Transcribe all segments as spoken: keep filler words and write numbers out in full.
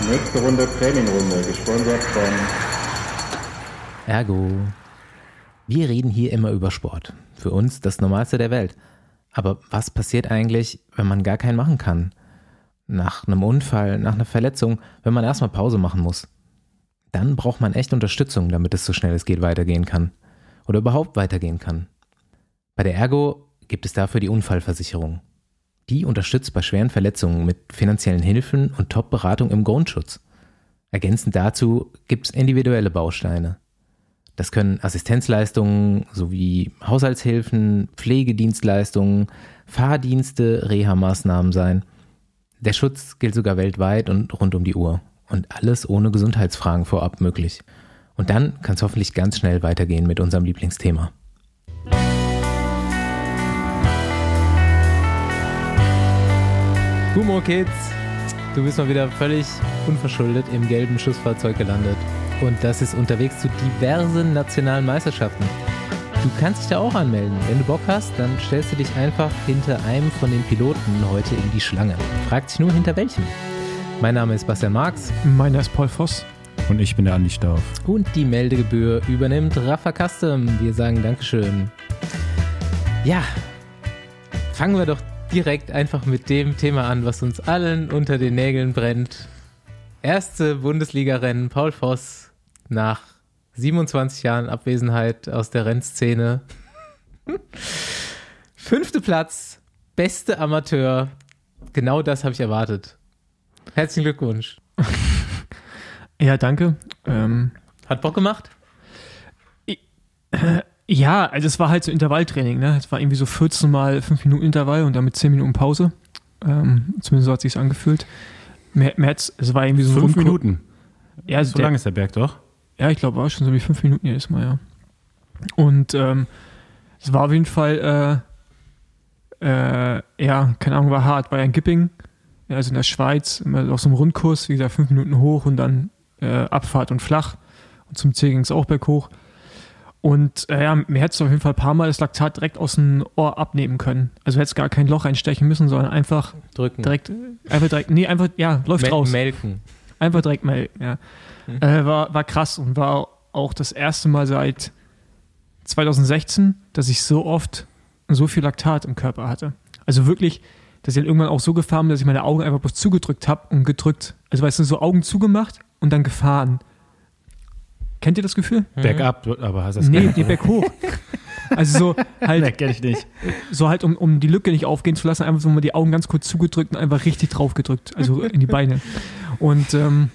Nächste Runde Trainingrunde, gesponsert von Ergo. Wir reden hier immer über Sport. Für uns das Normalste der Welt. Aber was passiert eigentlich, wenn man gar keinen machen kann? Nach einem Unfall, nach einer Verletzung, wenn man erstmal Pause machen muss. Dann braucht man echt Unterstützung, damit es so schnell es geht weitergehen kann. Oder überhaupt weitergehen kann. Bei der Ergo gibt es dafür die Unfallversicherung. Die unterstützt bei schweren Verletzungen mit finanziellen Hilfen und Top-Beratung im Grundschutz. Ergänzend dazu gibt es individuelle Bausteine. Das können Assistenzleistungen sowie Haushaltshilfen, Pflegedienstleistungen, Fahrdienste, Reha-Maßnahmen sein. Der Schutz gilt sogar weltweit und rund um die Uhr. Und alles ohne Gesundheitsfragen vorab möglich. Und dann kann es hoffentlich ganz schnell weitergehen mit unserem Lieblingsthema. Humo Kids, du bist mal wieder völlig unverschuldet im gelben Schussfahrzeug gelandet. Und das ist unterwegs zu diversen nationalen Meisterschaften. Du kannst dich da auch anmelden. Wenn du Bock hast, dann stellst du dich einfach hinter einem von den Piloten heute in die Schlange. Fragt sich nur, hinter welchem. Mein Name ist Bastian Marx. Meiner ist Paul Voss. Und ich bin der Andi Stauf. Und die Meldegebühr übernimmt Rafa Custom. Wir sagen Dankeschön. Ja, fangen wir doch direkt einfach mit dem Thema an, was uns allen unter den Nägeln brennt. Erste Bundesliga-Rennen, Paul Voss nach siebenundzwanzig Jahren Abwesenheit aus der Rennszene. Fünfter Platz, beste Amateur. Genau das habe ich erwartet. Herzlichen Glückwunsch. Ja, danke. Ähm, Hat Bock gemacht? Ich, äh, ja, also es war halt so Intervalltraining, ne? Es war irgendwie so vierzehn mal fünf Minuten Intervall und damit zehn Minuten Pause. Ähm, zumindest so hat es sich angefühlt. Mehr, mehr es war irgendwie so fünf Minuten? Ja, so der, lang ist der Berg doch? Ja, ich glaube, war schon so wie fünf Minuten jedes Mal, ja. Und ähm, es war auf jeden Fall, äh, äh, ja, keine Ahnung, war hart. War ja in Gipping, ja, also in der Schweiz, immer auf so einem Rundkurs, wie gesagt, fünf Minuten hoch und dann äh, Abfahrt und flach. Und zum Ziel ging es auch berghoch. Und äh, ja, mir hätte es auf jeden Fall ein paar Mal das Laktat direkt aus dem Ohr abnehmen können. Also hätte es gar kein Loch einstechen müssen, sondern einfach drücken. Direkt, einfach direkt, nee, einfach, ja, läuft Mel- raus. Melken. Einfach direkt melken, ja. Mhm. Äh, war, war krass und war auch das erste Mal seit zwanzig sechzehn, dass ich so oft so viel Laktat im Körper hatte. Also wirklich, dass ich dann irgendwann auch so gefahren bin, dass ich meine Augen einfach bloß zugedrückt habe und gedrückt. Also weißt du, so Augen zugemacht und dann gefahren. Kennt ihr das Gefühl? Mhm. Bergab, aber hast du das Nee, nee, berghoch. Also so halt, nee, kenn ich nicht. So halt, um, um die Lücke nicht aufgehen zu lassen, einfach so mal die Augen ganz kurz zugedrückt und einfach richtig drauf gedrückt, also in die Beine. Und ähm,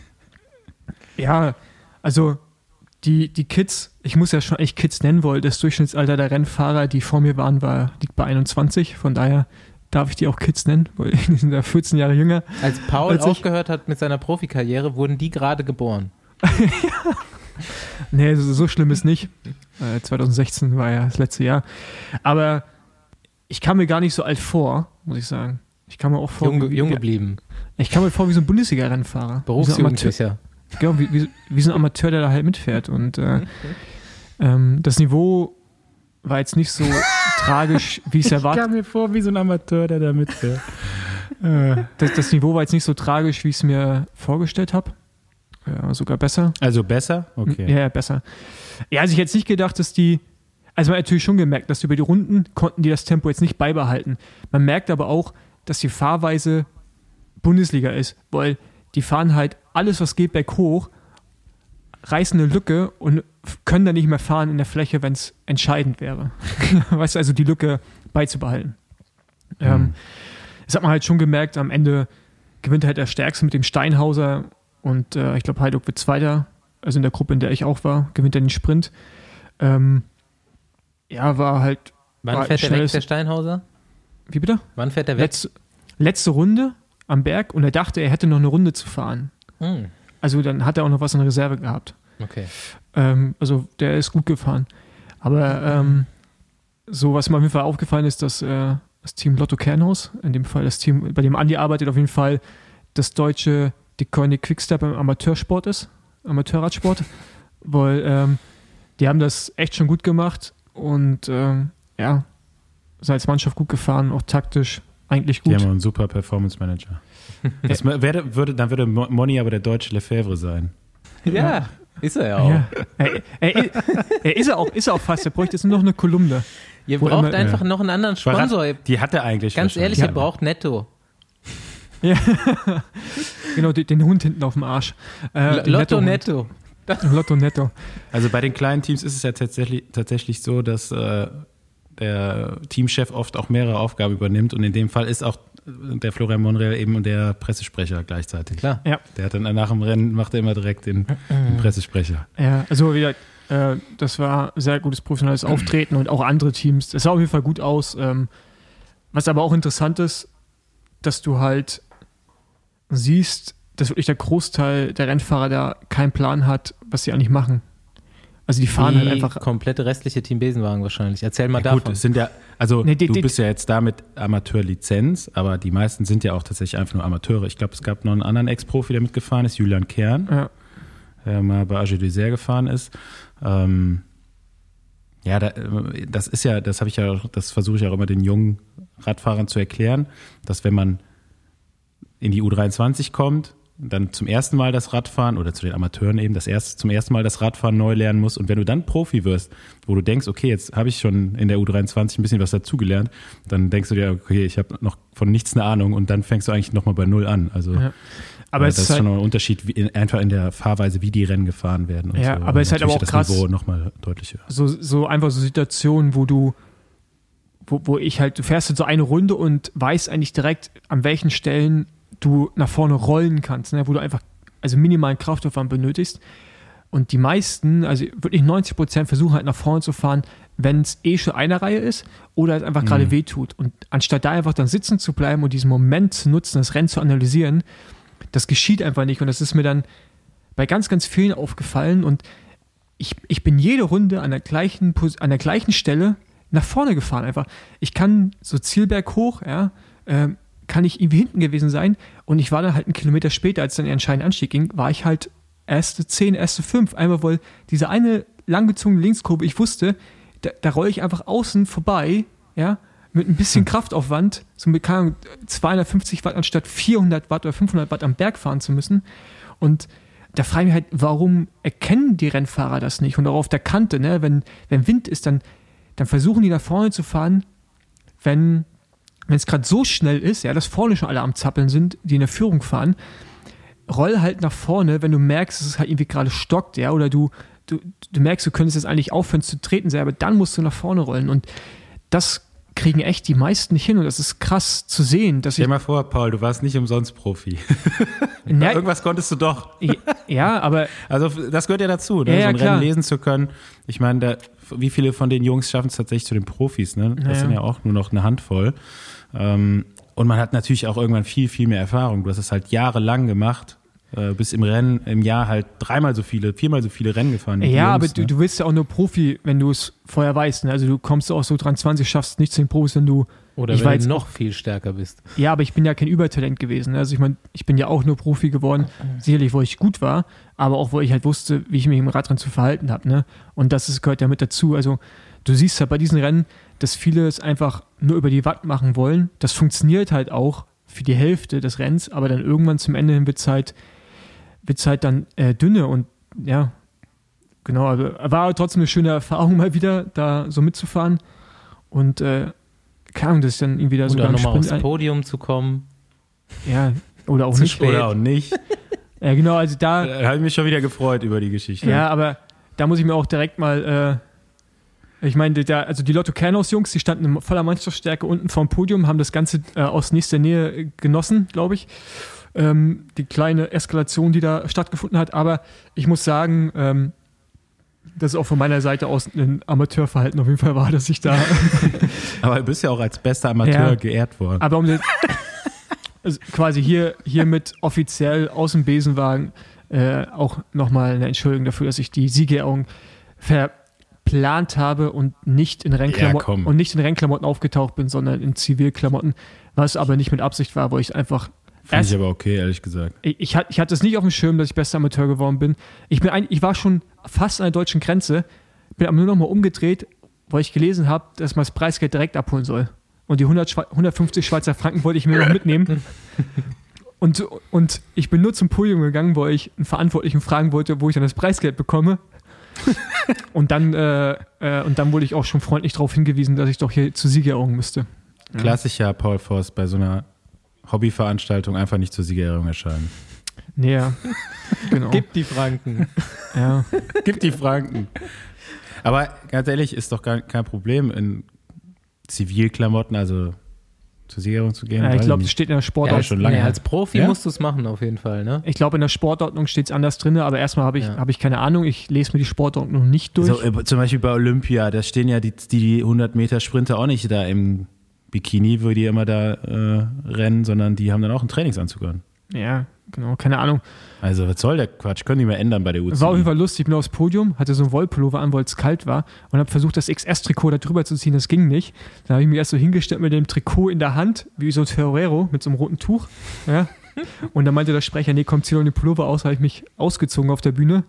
ja, also die, die Kids, ich muss ja schon echt Kids nennen wollen, das Durchschnittsalter der Rennfahrer, die vor mir waren, war, liegt bei einundzwanzig, von daher darf ich die auch Kids nennen, weil die sind ja vierzehn Jahre jünger. Als Paul als aufgehört hat mit seiner Profikarriere, wurden die gerade geboren. Ja. Nee, so, so schlimm ist nicht. Äh, zwanzig sechzehn war ja das letzte Jahr. Aber ich kam mir gar nicht so alt vor, muss ich sagen. Ich kam mir auch vor. Jung, wie, jung wie, geblieben. Ich kam mir vor wie so ein Bundesliga-Rennfahrer. Berufsjugendlicher. Genau, wie, wie, wie so ein Amateur, der da halt mitfährt. Und äh, ähm, das Niveau war jetzt nicht so tragisch, wie ich es erwartet habe. Ich kam mir vor wie so ein Amateur, der da mitfährt. das, das Niveau war jetzt nicht so tragisch, wie ich es mir vorgestellt habe. Ja, sogar besser. Also besser? Okay. Ja, ja, besser. Ja, also ich hätte jetzt nicht gedacht, dass die, also man hat natürlich schon gemerkt, dass über die Runden konnten die das Tempo jetzt nicht beibehalten. Man merkt aber auch, dass die Fahrweise Bundesliga ist, weil die fahren halt alles, was geht, berghoch, reißen eine Lücke und können dann nicht mehr fahren in der Fläche, wenn es entscheidend wäre. Weißt du, also die Lücke beizubehalten. Mhm. Ähm, das hat man halt schon gemerkt, am Ende gewinnt halt der Stärkste mit dem Steinhauser. Und äh, ich glaube, Heiduk wird Zweiter, also in der Gruppe, in der ich auch war, gewinnt er den Sprint. Ähm, ja, war halt. Wann war fährt der weg, der Steinhauser? Wie bitte? Wann fährt der weg? Letzte, letzte Runde am Berg und er dachte, er hätte noch eine Runde zu fahren. Hm. Also dann hat er auch noch was in Reserve gehabt. Okay. Ähm, also der ist gut gefahren. Aber ähm, so, was mir auf jeden Fall aufgefallen ist, dass äh, das Team Lotto Kernhaus, in dem Fall das Team, bei dem Andi arbeitet, auf jeden Fall das deutsche die Koenig Quickstep im Amateursport ist, Amateurradsport, weil ähm, die haben das echt schon gut gemacht und ähm, ja, sind als Mannschaft gut gefahren, auch taktisch eigentlich Die gut. haben einen super Performance Manager. Das wär, würde, dann würde Moni aber der deutsche Lefebvre sein. Ja, ist er ja auch. Ja. Er, er, er ist er auch, ist er auch fast. Er bräuchte jetzt nur noch eine Kolumne. Ihr Wo braucht immer- einfach noch einen anderen Sponsor. Ihr- Die hat er eigentlich. Ganz ehrlich, wahrscheinlich. ihr braucht Netto. Ja. Genau, den, den Hund hinten auf dem Arsch. Äh, L- den Lotto Netto-Hund. Netto. Lotto Netto. Also bei den kleinen Teams ist es ja tatsächlich, tatsächlich so, dass äh, der Teamchef oft auch mehrere Aufgaben übernimmt und in dem Fall ist auch der Florian Monreal eben der Pressesprecher gleichzeitig. Klar. Ja. Der hat dann nach dem Rennen, macht er immer direkt den, den Pressesprecher. Ja, also wieder, äh, das war sehr gutes professionelles Auftreten und auch andere Teams. Das sah auf jeden Fall gut aus. Ähm, was aber auch interessant ist, dass du halt siehst, dass wirklich der Großteil der Rennfahrer da keinen Plan hat, was sie eigentlich machen. Also die fahren Die halt einfach. komplette restliche Team Besenwagen wahrscheinlich. Erzähl mal Ja, gut, davon. es sind ja, also Nee, die- du die- bist ja jetzt da mit Amateurlizenz, aber die meisten sind ja auch tatsächlich einfach nur Amateure. Ich glaube, es gab noch einen anderen Ex-Profi, der mitgefahren ist, Julian Kern, Ja. der mal bei A G Dessert gefahren ist. Ähm, ja, da, das ist ja, das habe ich ja, das versuche ich auch immer den jungen Radfahrern zu erklären, dass wenn man in die U dreiundzwanzig kommt, dann zum ersten Mal das Radfahren oder zu den Amateuren eben das erste, zum ersten Mal das Radfahren neu lernen musst und wenn du dann Profi wirst, wo du denkst, okay, jetzt habe ich schon in der U dreiundzwanzig ein bisschen was dazugelernt, dann denkst du dir, okay, ich habe noch von nichts eine Ahnung und dann fängst du eigentlich nochmal bei Null an. Also Ja. Aber äh, es das ist ist halt, schon noch ein Unterschied, wie in, einfach in der Fahrweise, wie die Rennen gefahren werden. Und Ja, so. aber es ist halt aber Natürlich auch das krass. Niveau nochmal deutlich höher. so, so einfach so Situationen, wo du, wo, wo ich halt, du fährst halt so eine Runde und weißt eigentlich direkt, an welchen Stellen du nach vorne rollen kannst, ne? Wo du einfach also minimalen Kraftaufwand benötigst. Und die meisten, also wirklich neunzig Prozent versuchen halt nach vorne zu fahren, wenn es eh schon eine Reihe ist oder es einfach gerade Mhm. wehtut. Und anstatt da einfach dann sitzen zu bleiben und diesen Moment zu nutzen, das Rennen zu analysieren, das geschieht einfach nicht. Und das ist mir dann bei ganz, ganz vielen aufgefallen. Und ich, ich bin jede Runde an der gleichen, Pos- an der gleichen Stelle nach vorne gefahren einfach. Ich kann so Zielberg hoch, ja, ähm, kann ich irgendwie hinten gewesen sein und ich war dann halt einen Kilometer später, als dann der entscheidende Anstieg ging, war ich halt erste zehn, erste fünf, einmal weil diese eine langgezogene Linkskurve, ich wusste, da, da rolle ich einfach außen vorbei, ja, mit ein bisschen Kraftaufwand, so mit keine Ahnung, zweihundertfünfzig Watt anstatt vierhundert Watt oder fünfhundert Watt am Berg fahren zu müssen. Und da frage ich mich halt, warum erkennen die Rennfahrer das nicht? Und auch auf der Kante, ne, wenn, wenn Wind ist, dann, dann versuchen die nach vorne zu fahren, wenn wenn es gerade so schnell ist, ja, dass vorne schon alle am Zappeln sind, die in der Führung fahren, roll halt nach vorne, wenn du merkst, dass es halt irgendwie gerade stockt, ja, oder du, du, du merkst, du könntest jetzt eigentlich aufhören zu treten, aber dann musst du nach vorne rollen. Und das kriegen echt die meisten nicht hin und das ist krass zu sehen, dass Stell ich. dir mal vor, Paul, du warst nicht umsonst Profi. Na, Irgendwas konntest du doch. ja, aber Also das gehört ja dazu, ne? Ja, ja, so ein klar. Rennen lesen zu können. Ich meine, da, wie viele von den Jungs schaffen es tatsächlich zu den Profis? Ne? Das Naja. sind ja auch nur noch eine Handvoll. Ähm, und man hat natürlich auch irgendwann viel, viel mehr Erfahrung. Du hast es halt jahrelang gemacht, äh, bis im Rennen im Jahr halt dreimal so viele, viermal so viele Rennen gefahren. wie die ja, Jungs, aber du, ne? du bist ja auch nur Profi, wenn du es vorher weißt. Ne? Also du kommst auch so dreiundzwanzig, schaffst nicht zu den Profis, wenn du. Oder ich war wenn jetzt du noch viel stärker bist. Ja, aber ich bin ja kein Übertalent gewesen. Also ich meine, ich bin ja auch nur Profi geworden, sicherlich, wo ich gut war, aber auch, wo ich halt wusste, wie ich mich im Radrennen zu verhalten habe. Ne? Und das ist, gehört ja mit dazu. Also du siehst ja bei diesen Rennen, dass viele es einfach nur über die Watt machen wollen. Das funktioniert halt auch für die Hälfte des Rennens, aber dann irgendwann zum Ende hin wird es halt, wird's halt dann äh, dünne und ja, genau. Also war trotzdem eine schöne Erfahrung mal wieder, da so mitzufahren und äh, keine Ahnung, dass ich dann irgendwie da Und sogar dann im nochmal Sprint aufs ein- Podium zu kommen. ja, oder auch Zu nicht. spät. Oder auch nicht. Ja, genau, also da, Da habe ich mich schon wieder gefreut über die Geschichte. ja, aber da muss ich mir auch direkt mal, äh, ich meine, da, also die Lotto Kernhaus-Jungs, die standen in voller Mannschaftsstärke unten vorm Podium, haben das Ganze äh, aus nächster Nähe äh, genossen, glaube ich. Ähm, die kleine Eskalation, die da stattgefunden hat, aber ich muss sagen, ähm, dass es auch von meiner Seite aus ein Amateurverhalten auf jeden Fall war, dass ich da Aber du bist ja auch als bester Amateur Ja. geehrt worden. Aber um das, also quasi hier hiermit offiziell aus dem Besenwagen äh, auch nochmal eine Entschuldigung dafür, dass ich die Siegerehrung verplant habe und nicht in Ja, Rennklamotten komm. und nicht in Rennklamotten aufgetaucht bin, sondern in Zivilklamotten, was aber nicht mit Absicht war, wo ich einfach Finde ich erst, aber okay, ehrlich gesagt. ich, ich, hatte- ich hatte es nicht auf dem Schirm, dass ich bester Amateur geworden bin. Ich bin ein, ich war schon fast an der deutschen Grenze, bin aber nur noch mal umgedreht, weil ich gelesen habe, dass man das Preisgeld direkt abholen soll. und die hundert, hundertfünfzig Schweizer Franken wollte ich mir noch mitnehmen. Und, und ich bin nur zum Podium gegangen, wo ich einen Verantwortlichen fragen wollte, wo ich dann das Preisgeld bekomme. und, dann, äh, äh, und dann wurde ich auch schon freundlich darauf hingewiesen, dass ich doch hier zur Siegerehrung müsste. Klassischer Paul Voss bei so einer Hobbyveranstaltung einfach nicht zur Siegerehrung erscheinen. Nee, ja. Genau. Gib die Franken. Ja. Gib die Franken. Aber ganz ehrlich, ist doch gar kein Problem, in Zivilklamotten, also zur Siegerehrung zu gehen. Ja, ich glaube, das steht in der Sportordnung. Ja, schon lange. Nee, als Profi Ja? musst du es machen, auf jeden Fall, ne? Ich glaube, in der Sportordnung steht es anders drin, aber erstmal habe ich, Ja. hab ich keine Ahnung. Ich lese mir die Sportordnung nicht durch. So, äh, zum Beispiel bei Olympia, da stehen ja die, die hundert Meter Sprinter auch nicht da im Bikini, wo die immer da äh, rennen, sondern die haben dann auch einen Trainingsanzug an. Ja, genau, keine Ahnung. Also was soll der Quatsch? Können die mal ändern bei der U C I. War auf jeden Fall lustig. Ich bin aufs Podium, hatte so einen Wollpullover an, weil es kalt war und habe versucht, das X S-Trikot da drüber zu ziehen. Das ging nicht. Dann habe ich mich erst so hingestellt mit dem Trikot in der Hand, wie so ein Ferrero mit so einem roten Tuch. Ja. Und dann meinte der Sprecher, nee, komm, zieh doch den Pullover aus. Habe ich mich ausgezogen auf der Bühne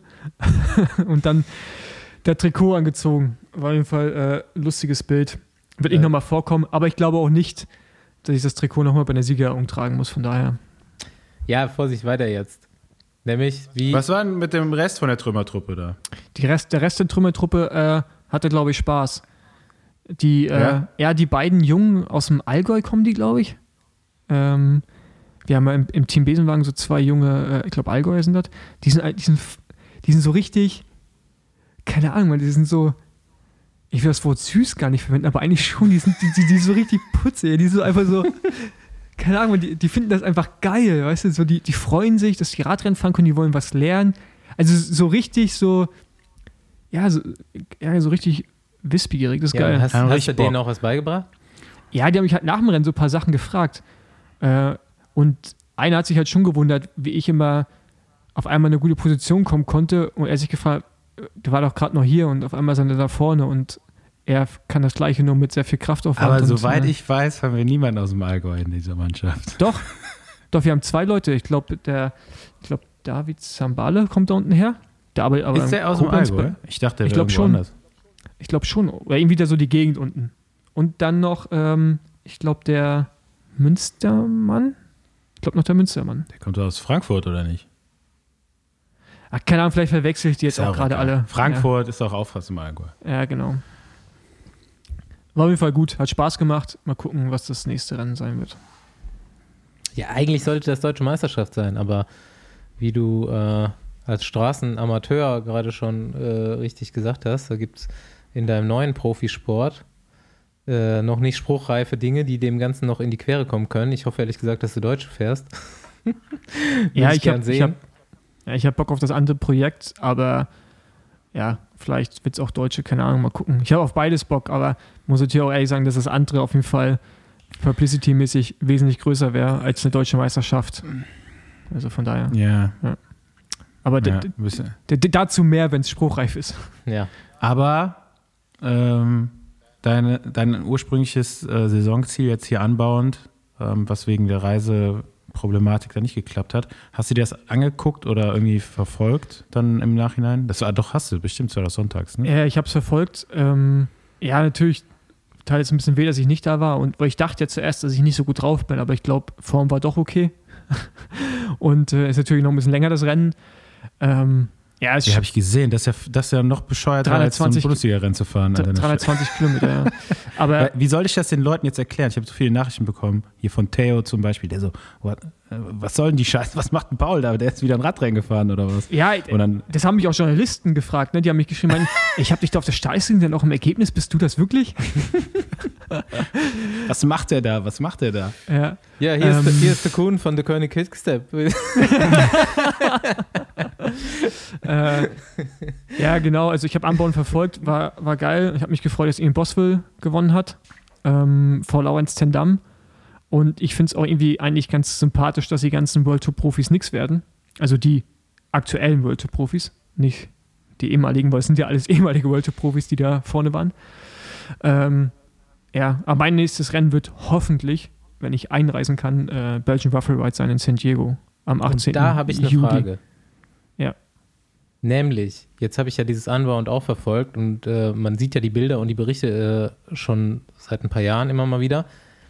und dann der Trikot angezogen. War auf jeden Fall äh, ein lustiges Bild. Wird nicht Ja. nochmal vorkommen, aber ich glaube auch nicht, dass ich das Trikot nochmal bei der Siegerehrung tragen muss. Von daher. Ja, Vorsicht, weiter jetzt. Nämlich, wie. Was war denn mit dem Rest von der Trümmertruppe da? Die Rest, der Rest der Trümmertruppe äh, hatte, glaube ich, Spaß. Die, äh, Ja? ja, die beiden Jungen aus dem Allgäu kommen die, glaube ich. Ähm, wir haben ja im, im Team Besenwagen so zwei junge, äh, ich glaube, Allgäuer sind das. Die sind, die, sind, die sind so richtig, keine Ahnung, die sind so, ich will das Wort süß gar nicht verwenden, aber eigentlich schon, die sind, die, die, die so richtig putzig, die so einfach so, keine Ahnung, die, die finden das einfach geil, weißt du, so die, die freuen sich, dass die Radrennen fahren können, die wollen was lernen. Also so richtig so, ja, so, ja, so richtig wissbegierig, das ist ja, geil. hast, Haben hast richtig du denen Bock. auch was beigebracht? Ja, die haben mich halt nach dem Rennen so ein paar Sachen gefragt. Äh, und einer hat sich halt schon gewundert, wie ich immer auf einmal in eine gute Position kommen konnte und er sich gefragt, der war doch gerade noch hier und auf einmal sind er da vorne und er kann das Gleiche nur mit sehr viel Kraftaufwand. Aber und, soweit äh, ich weiß, haben wir niemanden aus dem Allgäu in dieser Mannschaft. Doch, doch, wir haben zwei Leute. Ich glaube, der, ich glaube, David Zambale kommt da unten her. Der arbeitet aber Ist in der aus dem Koblenz Allgäu? bei- Ich dachte, der Ich wäre glaub irgendwo schon. anders. Ich glaube schon. Oder irgendwie da so die Gegend unten. Und dann noch, ähm, ich glaube, der Münstermann. Ich glaube noch der Münstermann. Der kommt aus Frankfurt, oder nicht? Ach, keine Ahnung, vielleicht verwechsel ich die jetzt Ist ja auch gerade egal. alle. Frankfurt ist auch fast im Allgäu. Ja, ja, genau. War auf jeden Fall gut. Hat Spaß gemacht. Mal gucken, was das nächste Rennen sein wird. Ja, eigentlich sollte das Deutsche Meisterschaft sein, aber wie du äh, als Straßenamateur gerade schon äh, richtig gesagt hast, da gibt es in deinem neuen Profisport äh, noch nicht spruchreife Dinge, die dem Ganzen noch in die Quere kommen können. Ich hoffe ehrlich gesagt, dass du Deutsche fährst. Ja, Würde ich gern habe sehen. hab, ja, ich hab Bock auf das andere Projekt, aber ja, vielleicht wird es auch Deutsche, keine Ahnung, mal gucken. Ich habe auf beides Bock, aber muss natürlich auch ehrlich sagen, dass das andere auf jeden Fall publicity-mäßig wesentlich größer wäre als eine deutsche Meisterschaft. Also von daher. Ja. Aber ja d- bisschen. d- d- dazu mehr, wenn es spruchreif ist. Ja. Aber ähm, deine, dein ursprüngliches äh, Saisonziel jetzt hier anbauend, ähm, was wegen der Reiseproblematik da nicht geklappt hat, hast du dir das angeguckt oder irgendwie verfolgt dann im Nachhinein? Das war doch, hast du, bestimmt, das war das sonntags, ne? Ja, ich habe es verfolgt. Ähm, ja, natürlich tat es ein bisschen weh, dass ich nicht da war. Und weil ich dachte ja zuerst, dass ich nicht so gut drauf bin, aber ich glaube, Form war doch okay. Und äh, ist natürlich noch ein bisschen länger das Rennen. Ähm, ja, es Die habe ich gesehen, das ist ja, das ist ja noch bescheuerter als zum dreihundertzwanzig Bundesliga-Rennen zu fahren. Alter. dreihundertzwanzig Kilometer, ja. Aber Weil, Wie soll ich das den Leuten jetzt erklären? Ich habe so viele Nachrichten bekommen, hier von Theo zum Beispiel, der so, what, äh, was soll denn die Scheiße, was macht denn Paul da? Der ist wieder ein Radrennen gefahren oder was? ja, Und dann, das haben mich auch Journalisten gefragt, ne? Die haben mich geschrieben, meinen, ich habe dich da auf der Startlinie, denn auch im Ergebnis, bist du das wirklich? was macht der da? Was macht der da? Ja. Ja, hier, ist Ähm. der, hier ist der Kuhn von The König Quickstep. Äh, ja, genau. Also ich habe Anbauen verfolgt, war, war geil. Ich habe mich gefreut, dass Ian Boswell gewonnen hat ähm, vor Laurens ten Dam. Und ich finde es auch irgendwie eigentlich ganz sympathisch, dass die ganzen World Tour Profis nichts werden. Also die aktuellen World Tour Profis, nicht die ehemaligen, weil es sind ja alles ehemalige World Tour Profis, die da vorne waren. Ähm, ja, aber mein nächstes Rennen wird hoffentlich, wenn ich einreisen kann, äh, Belgian Waffle Ride sein in San Diego am achtzehnten Und da habe ich eine Juli. Frage. Ja. Nämlich, jetzt habe ich ja dieses Unbound auch verfolgt und äh, man sieht ja die Bilder und die Berichte äh, schon seit ein paar Jahren immer mal wieder.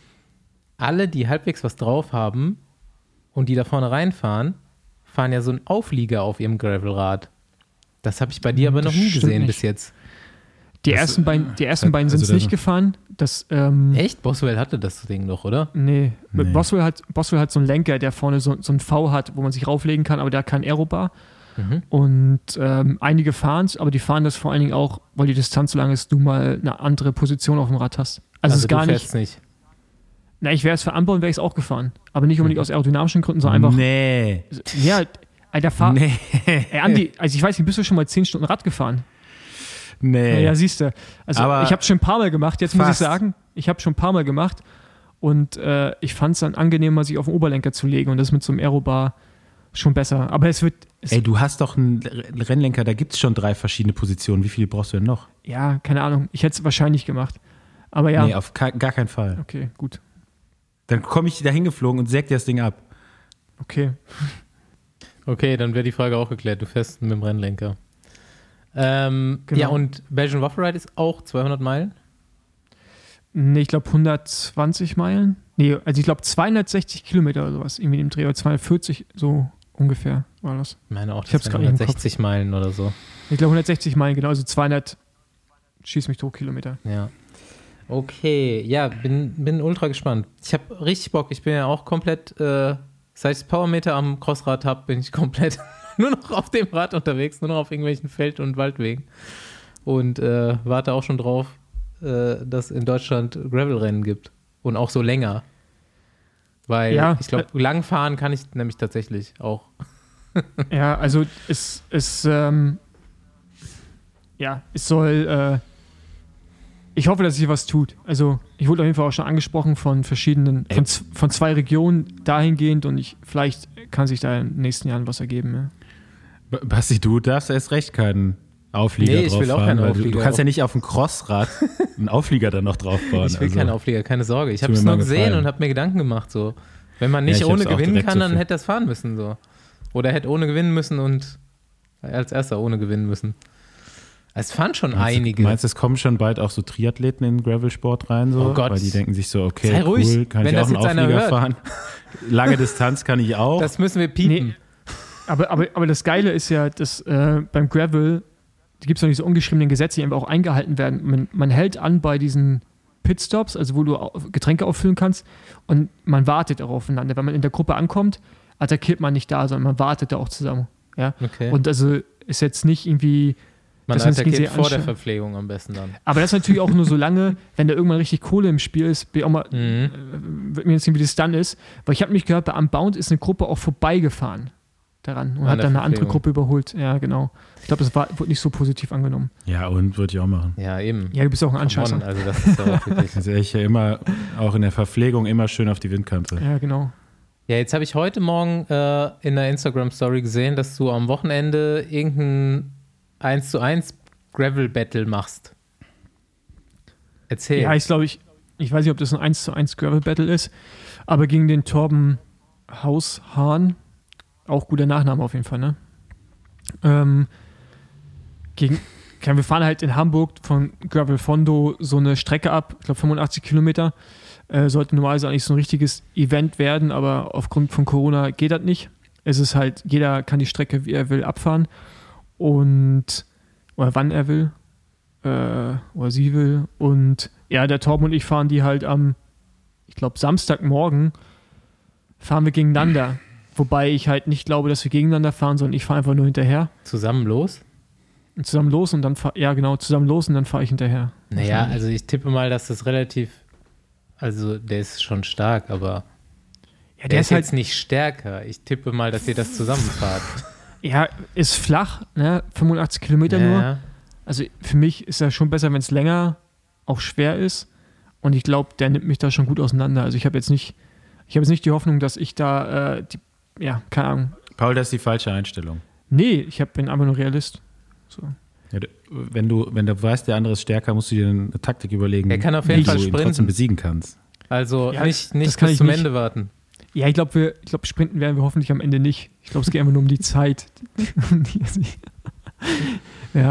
alle, die halbwegs was drauf haben und die da vorne reinfahren, fahren ja so einen Auflieger auf ihrem Gravelrad. Das habe ich bei dir aber Das noch nie stimmt gesehen nicht. bis jetzt. Die Das, ersten beiden, die ersten beiden also sind es das- nicht gefahren. Das, ähm, Echt? Boswell hatte das Ding doch, oder? Nee, Nee. Boswell hat, Boswell hat so einen Lenker, der vorne so, so ein V hat, wo man sich rauflegen kann, aber der hat kein Aerobar. Mhm. Und ähm, einige fahren es, aber die fahren das vor allen Dingen auch, weil die Distanz so lang ist, du mal eine andere Position auf dem Rad hast. Also, es ist gar du nicht. fährst nicht. Na, ich wäre es für Anbauen, wäre ich es auch gefahren. Aber nicht unbedingt aus aerodynamischen Gründen, sondern einfach. Nee. Ja, Alter, fahr. Nee. Ey, Andi, also ich weiß nicht, bist du schon mal zehn Stunden Rad gefahren? Nee. Ja, ja siehst du. Also Aber ich habe es schon ein paar Mal gemacht, jetzt muss ich fast. sagen, ich habe schon ein paar Mal gemacht und äh, ich fand es dann angenehmer, sich auf den Oberlenker zu legen und das mit so einem Aerobar schon besser. Aber es wird, es, Ey, du hast doch einen Rennlenker, da gibt es schon drei verschiedene Positionen. Wie viele brauchst du denn noch? ja, keine Ahnung, ich hätte es wahrscheinlich gemacht. Aber ja, Nee, auf ka- gar keinen Fall. okay, gut. Dann komme ich da hingeflogen und säg dir das Ding ab. Okay. Okay, dann wäre die Frage auch geklärt. Du fährst mit dem Rennlenker. Ähm, Genau. Ja, und Belgian Waffle Ride ist auch zweihundert Meilen. Nee, ich glaube hundertzwanzig Meilen. Nee, also ich glaube zweihundertsechzig Kilometer oder sowas. Irgendwie im Dreh, oder zweihundertvierzig, so ungefähr war das. Ich meine auch, Ich hab's das grad wären nicht im hundertsechzig Meilen oder so. Ich glaube hundertsechzig Meilen, genau, also zweihundert, schieß mich tot, Kilometer. Ja. Okay, ja, bin, bin ultra gespannt. Ich habe richtig Bock. Ich bin ja auch komplett, äh, seit ich das Powermeter am Crossrad habe, bin ich komplett nur noch auf dem Rad unterwegs, nur noch auf irgendwelchen Feld- und Waldwegen. Und äh, warte auch schon drauf, äh, dass es in Deutschland Gravelrennen gibt. Und auch so länger. Weil Ja, ich glaube, lang fahren kann ich nämlich tatsächlich auch. Ja, also es, es, ähm, ja, es soll, äh, ich hoffe, dass sich was tut. Also ich wurde auf jeden Fall auch schon angesprochen von verschiedenen, von, z- von zwei Regionen dahingehend und ich, vielleicht kann sich da in den nächsten Jahren was ergeben. Ja. B- Basti, du darfst erst recht keinen Auflieger Nee, ich drauf will auch fahren, keinen weil du, Auflieger. du kannst ja nicht auf dem Crossrad einen Auflieger dann noch drauf bauen. Ich will also. keinen Auflieger, keine Sorge. Ich Tut habe mir es mal nur gesehen gefallen. und habe mir Gedanken gemacht. So. Wenn man Ja, nicht ich ohne hab's auch gewinnen direkt kann, so dann viel- hätte er es fahren müssen. So. Oder hätte ohne gewinnen müssen und als erster ohne gewinnen müssen. Es fahren schon Meinst du- einige. Meinst du, es kommen schon bald auch so Triathleten in den Gravelsport rein? So? Oh Gott. Weil die denken sich so, okay, Sei cool, ruhig, kann wenn ich auch das einen jetzt einer Auflieger hört. fahren. Lange Distanz kann ich auch. Das müssen wir piepen. Nee. Aber, aber, aber das Geile ist ja, dass äh, beim Gravel, da gibt es noch diese ungeschriebenen Gesetze, die einfach auch eingehalten werden. Man, man hält an bei diesen Pitstops, also wo du au- Getränke auffüllen kannst und man wartet auch aufeinander. Wenn man in der Gruppe ankommt, attackiert man nicht da, sondern man wartet da auch zusammen. Ja? Okay. Und also ist jetzt nicht irgendwie, man dass man sich attackiert sehr vor der anstrengt. Verpflegung am besten dann. aber das natürlich auch nur so lange, wenn da irgendwann richtig Kohle im Spiel ist, bin ich auch mal, Mhm. äh, wird mir jetzt sehen, wie das dann ist. Weil ich habe mich gehört, bei Unbound ist eine Gruppe auch vorbeigefahren daran und An hat der dann eine andere Verpflegung. Gruppe überholt. Ja, genau. Ich glaube, das war, wurde nicht so positiv angenommen. Ja, und würde ich auch machen. Ja, eben. Ja, du bist auch ein Come Anscheißer. on, also das ist ja auch wirklich. Also ich ja immer, auch in der Verpflegung, immer schön auf die Windkante. Ja, genau. Ja, jetzt habe ich heute Morgen äh, in der Instagram-Story gesehen, dass du am Wochenende irgendein eins zu eins Gravel-Battle machst. Erzähl. Ja, ich glaube, ich, ich weiß nicht, ob das ein eins zu eins Gravel-Battle ist, aber gegen den Torben Haushahn, auch guter Nachname auf jeden Fall, ne? Ähm, gegen, okay, wir fahren halt in Hamburg von Gravel Fondo so eine Strecke ab, ich glaube fünfundachtzig Kilometer. Äh, sollte normalerweise eigentlich so ein richtiges Event werden, aber aufgrund von Corona geht das nicht. Es ist halt, jeder kann die Strecke, wie er will, abfahren und oder wann er will äh, oder sie will. Und ja, der Torben und ich fahren die halt am, ich glaube, Samstagmorgen fahren wir gegeneinander. Wobei ich halt nicht glaube, dass wir gegeneinander fahren, sondern ich fahre einfach nur hinterher. Zusammen los? Und zusammen los und dann fahr, ja genau, zusammen los und dann fahre ich hinterher. Naja, also ich tippe mal, dass das relativ, also der ist schon stark, aber Ja, der ist jetzt nicht stärker. Ich tippe mal, dass ihr das zusammenfahrt. ja, ist flach, ne? fünfundachtzig Kilometer nur. Ja. Also für mich ist das schon besser, wenn es länger auch schwer ist. Und ich glaube, der nimmt mich da schon gut auseinander. Also ich habe jetzt nicht, ich habe jetzt nicht die Hoffnung, dass ich da, äh, die, ja, keine Ahnung. Paul, das ist die falsche Einstellung. Nee, ich hab, bin einfach nur Realist. So. Ja, d- wenn, du, wenn du weißt, der andere ist stärker, musst du dir eine Taktik überlegen, Er kann auf jeden wie Fall du ihn sprinten. trotzdem besiegen kannst. Also Ja, nicht, das nicht kann bis ich zum nicht. Ende warten. Ja, ich glaube, wir, ich glaube, sprinten werden wir hoffentlich am Ende nicht. Ich glaube, es geht einfach nur um die Zeit. ja.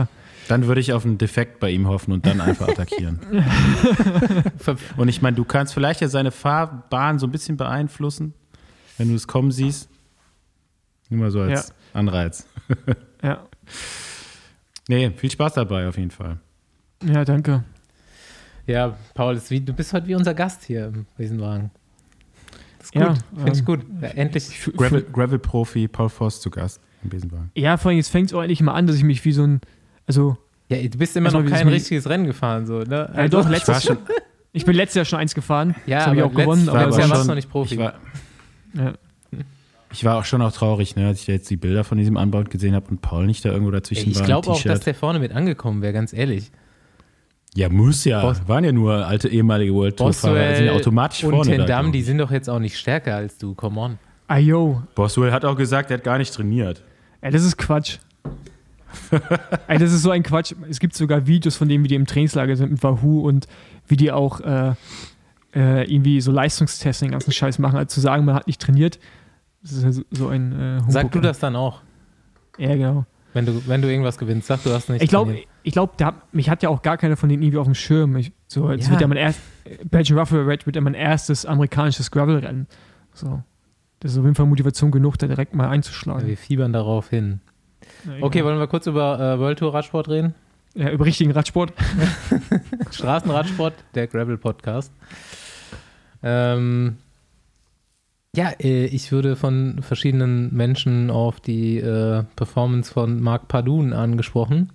Dann würde ich auf einen Defekt bei ihm hoffen und dann einfach attackieren. Und ich meine, du kannst vielleicht ja seine Fahrbahn so ein bisschen beeinflussen, wenn du es kommen siehst. Nur mal so als ja. Anreiz. Ja. Nee, viel Spaß dabei auf jeden Fall. Ja, danke. Ja, Paul, ist wie, du bist heute wie unser Gast hier im Riesenwagen. Das ist gut, ja, finde ähm, ich gut. Ja, endlich. Gravel, Gravel-Profi Paul Voss zu Gast im Besenwagen. Ja, vor allem jetzt fängt es auch endlich mal an, dass ich mich wie so ein, also ja, du bist immer noch kein richtiges Rennen gefahren, so, ne? Ja, doch, letztes Jahr. Ich bin letztes Jahr schon eins gefahren. Ja, das habe ich auch gewonnen. Aber Aber letztes Jahr warst du noch nicht Profi. Ich war, ja. ich war auch schon auch traurig, ne, als ich da jetzt die Bilder von diesem Anbau gesehen habe und Paul nicht da irgendwo dazwischen ich war. Ich glaube auch, dass der vorne mit angekommen wäre, ganz ehrlich. Ja, muss ja. Bos- waren ja nur alte ehemalige World Tour-Fahrer. Die sind ja automatisch und vorne. Und da, Ten die sind doch jetzt auch nicht stärker als du. Come on. Ayo. Boswell hat auch gesagt, er hat gar nicht trainiert. Ja, das ist Quatsch. Ey, das ist so ein Quatsch. Es gibt sogar Videos von denen, wie die im Trainingslager sind mit Wahoo und wie die auch äh, äh, irgendwie so Leistungstests den ganzen Scheiß machen. Also zu sagen, man hat nicht trainiert, das ist ja so ein äh, Humbug. Sag du das dann auch? Ja, genau. Wenn du, wenn du irgendwas gewinnst, sag du hast nicht Ich glaube, ich glaub, mich hat ja auch gar keiner von denen irgendwie auf dem Schirm. Ich, so, jetzt ja. wird ja mein erst, Belgian Rough Red wird ja mein erstes amerikanisches Gravel-Rennen. So. Das ist auf jeden Fall Motivation genug, da direkt mal einzuschlagen. Ja, wir fiebern darauf hin. Ja, okay, wollen wir kurz über äh, World Tour Radsport reden? Ja, über richtigen Radsport. Straßenradsport, der Gravel-Podcast. Ähm, ja, äh, ich würde von verschiedenen Menschen auf die äh, Performance von Marc Padun angesprochen,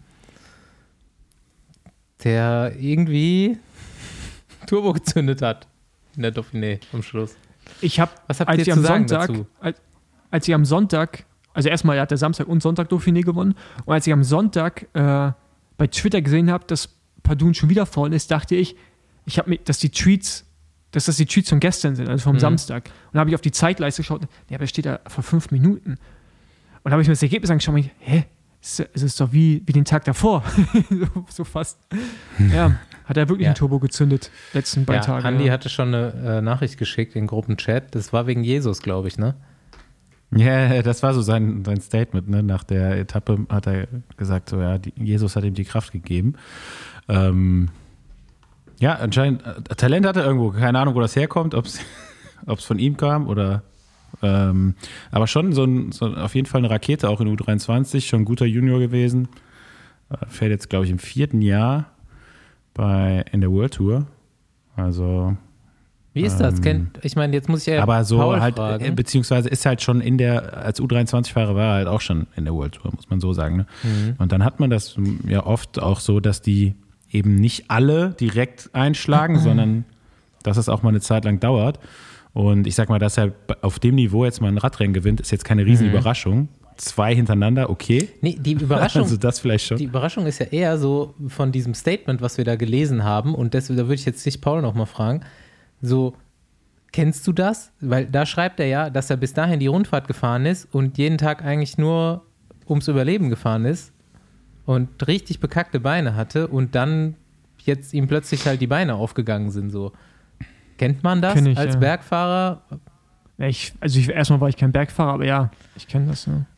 der irgendwie Turbo gezündet hat in der Dauphiné am Schluss. Ich habe, Was habt als ihr ich zu am sagen Sonntag, dazu? als, als ich am Sonntag, also erstmal hat der Samstag und Sonntag Dauphiné gewonnen und als ich am Sonntag äh, bei Twitter gesehen habe, dass Padun schon wieder vorne ist, dachte ich, ich habe mir, dass die Tweets, dass das die Tweets von gestern sind, also vom mhm. Samstag. Und dann habe ich auf die Zeitleiste geschaut, ja, aber steht da vor fünf Minuten. Und dann habe ich mir das Ergebnis angeschaut und ich, hä, es ist, ist doch wie, wie den Tag davor. so, so fast. Ja, hat er wirklich ja. ein Turbo gezündet, letzten beiden ja, Tagen. Andi ja. hatte schon eine äh, Nachricht geschickt in Gruppenchat, das war wegen Jesus, glaube ich, ne? Ja, das war so sein, sein Statement, ne? Nach der Etappe hat er gesagt, so ja, die, Jesus hat ihm die Kraft gegeben. Ähm, ja, anscheinend, äh, Talent hat er irgendwo, keine Ahnung, wo das herkommt, ob es von ihm kam oder ähm, aber schon so, ein, so auf jeden Fall eine Rakete, auch in U dreiundzwanzig, schon ein guter Junior gewesen. Äh, fährt jetzt, glaube ich, im vierten Jahr bei, in der World Tour. Also Wie ist das? Kennt, ich meine, jetzt muss ich ja aber so Paul halt, fragen. beziehungsweise ist halt schon in der, als U dreiundzwanzig-Fahrer war er halt auch schon in der World Tour, muss man so sagen. Ne? Mhm. Und dann hat man das ja oft auch so, dass die eben nicht alle direkt einschlagen, mhm. sondern dass es auch mal eine Zeit lang dauert. Und ich sag mal, dass er auf dem Niveau jetzt mal ein Radrennen gewinnt, ist jetzt keine riesen Überraschung. Zwei hintereinander, okay. Nee, die Überraschung, also das vielleicht schon. Die Überraschung ist ja eher so von diesem Statement, was wir da gelesen haben. Und das, da würde ich jetzt dich, Paul, nochmal fragen. So, kennst du das? Weil da schreibt er ja, dass er bis dahin die Rundfahrt gefahren ist und jeden Tag eigentlich nur ums Überleben gefahren ist und richtig bekackte Beine hatte und dann jetzt ihm plötzlich halt die Beine aufgegangen sind. So. Kennt man das Kenn ich, als ja. Bergfahrer? Ja, ich, also ich, erstmal war ich kein Bergfahrer, aber ja, ich kenne das. Ja.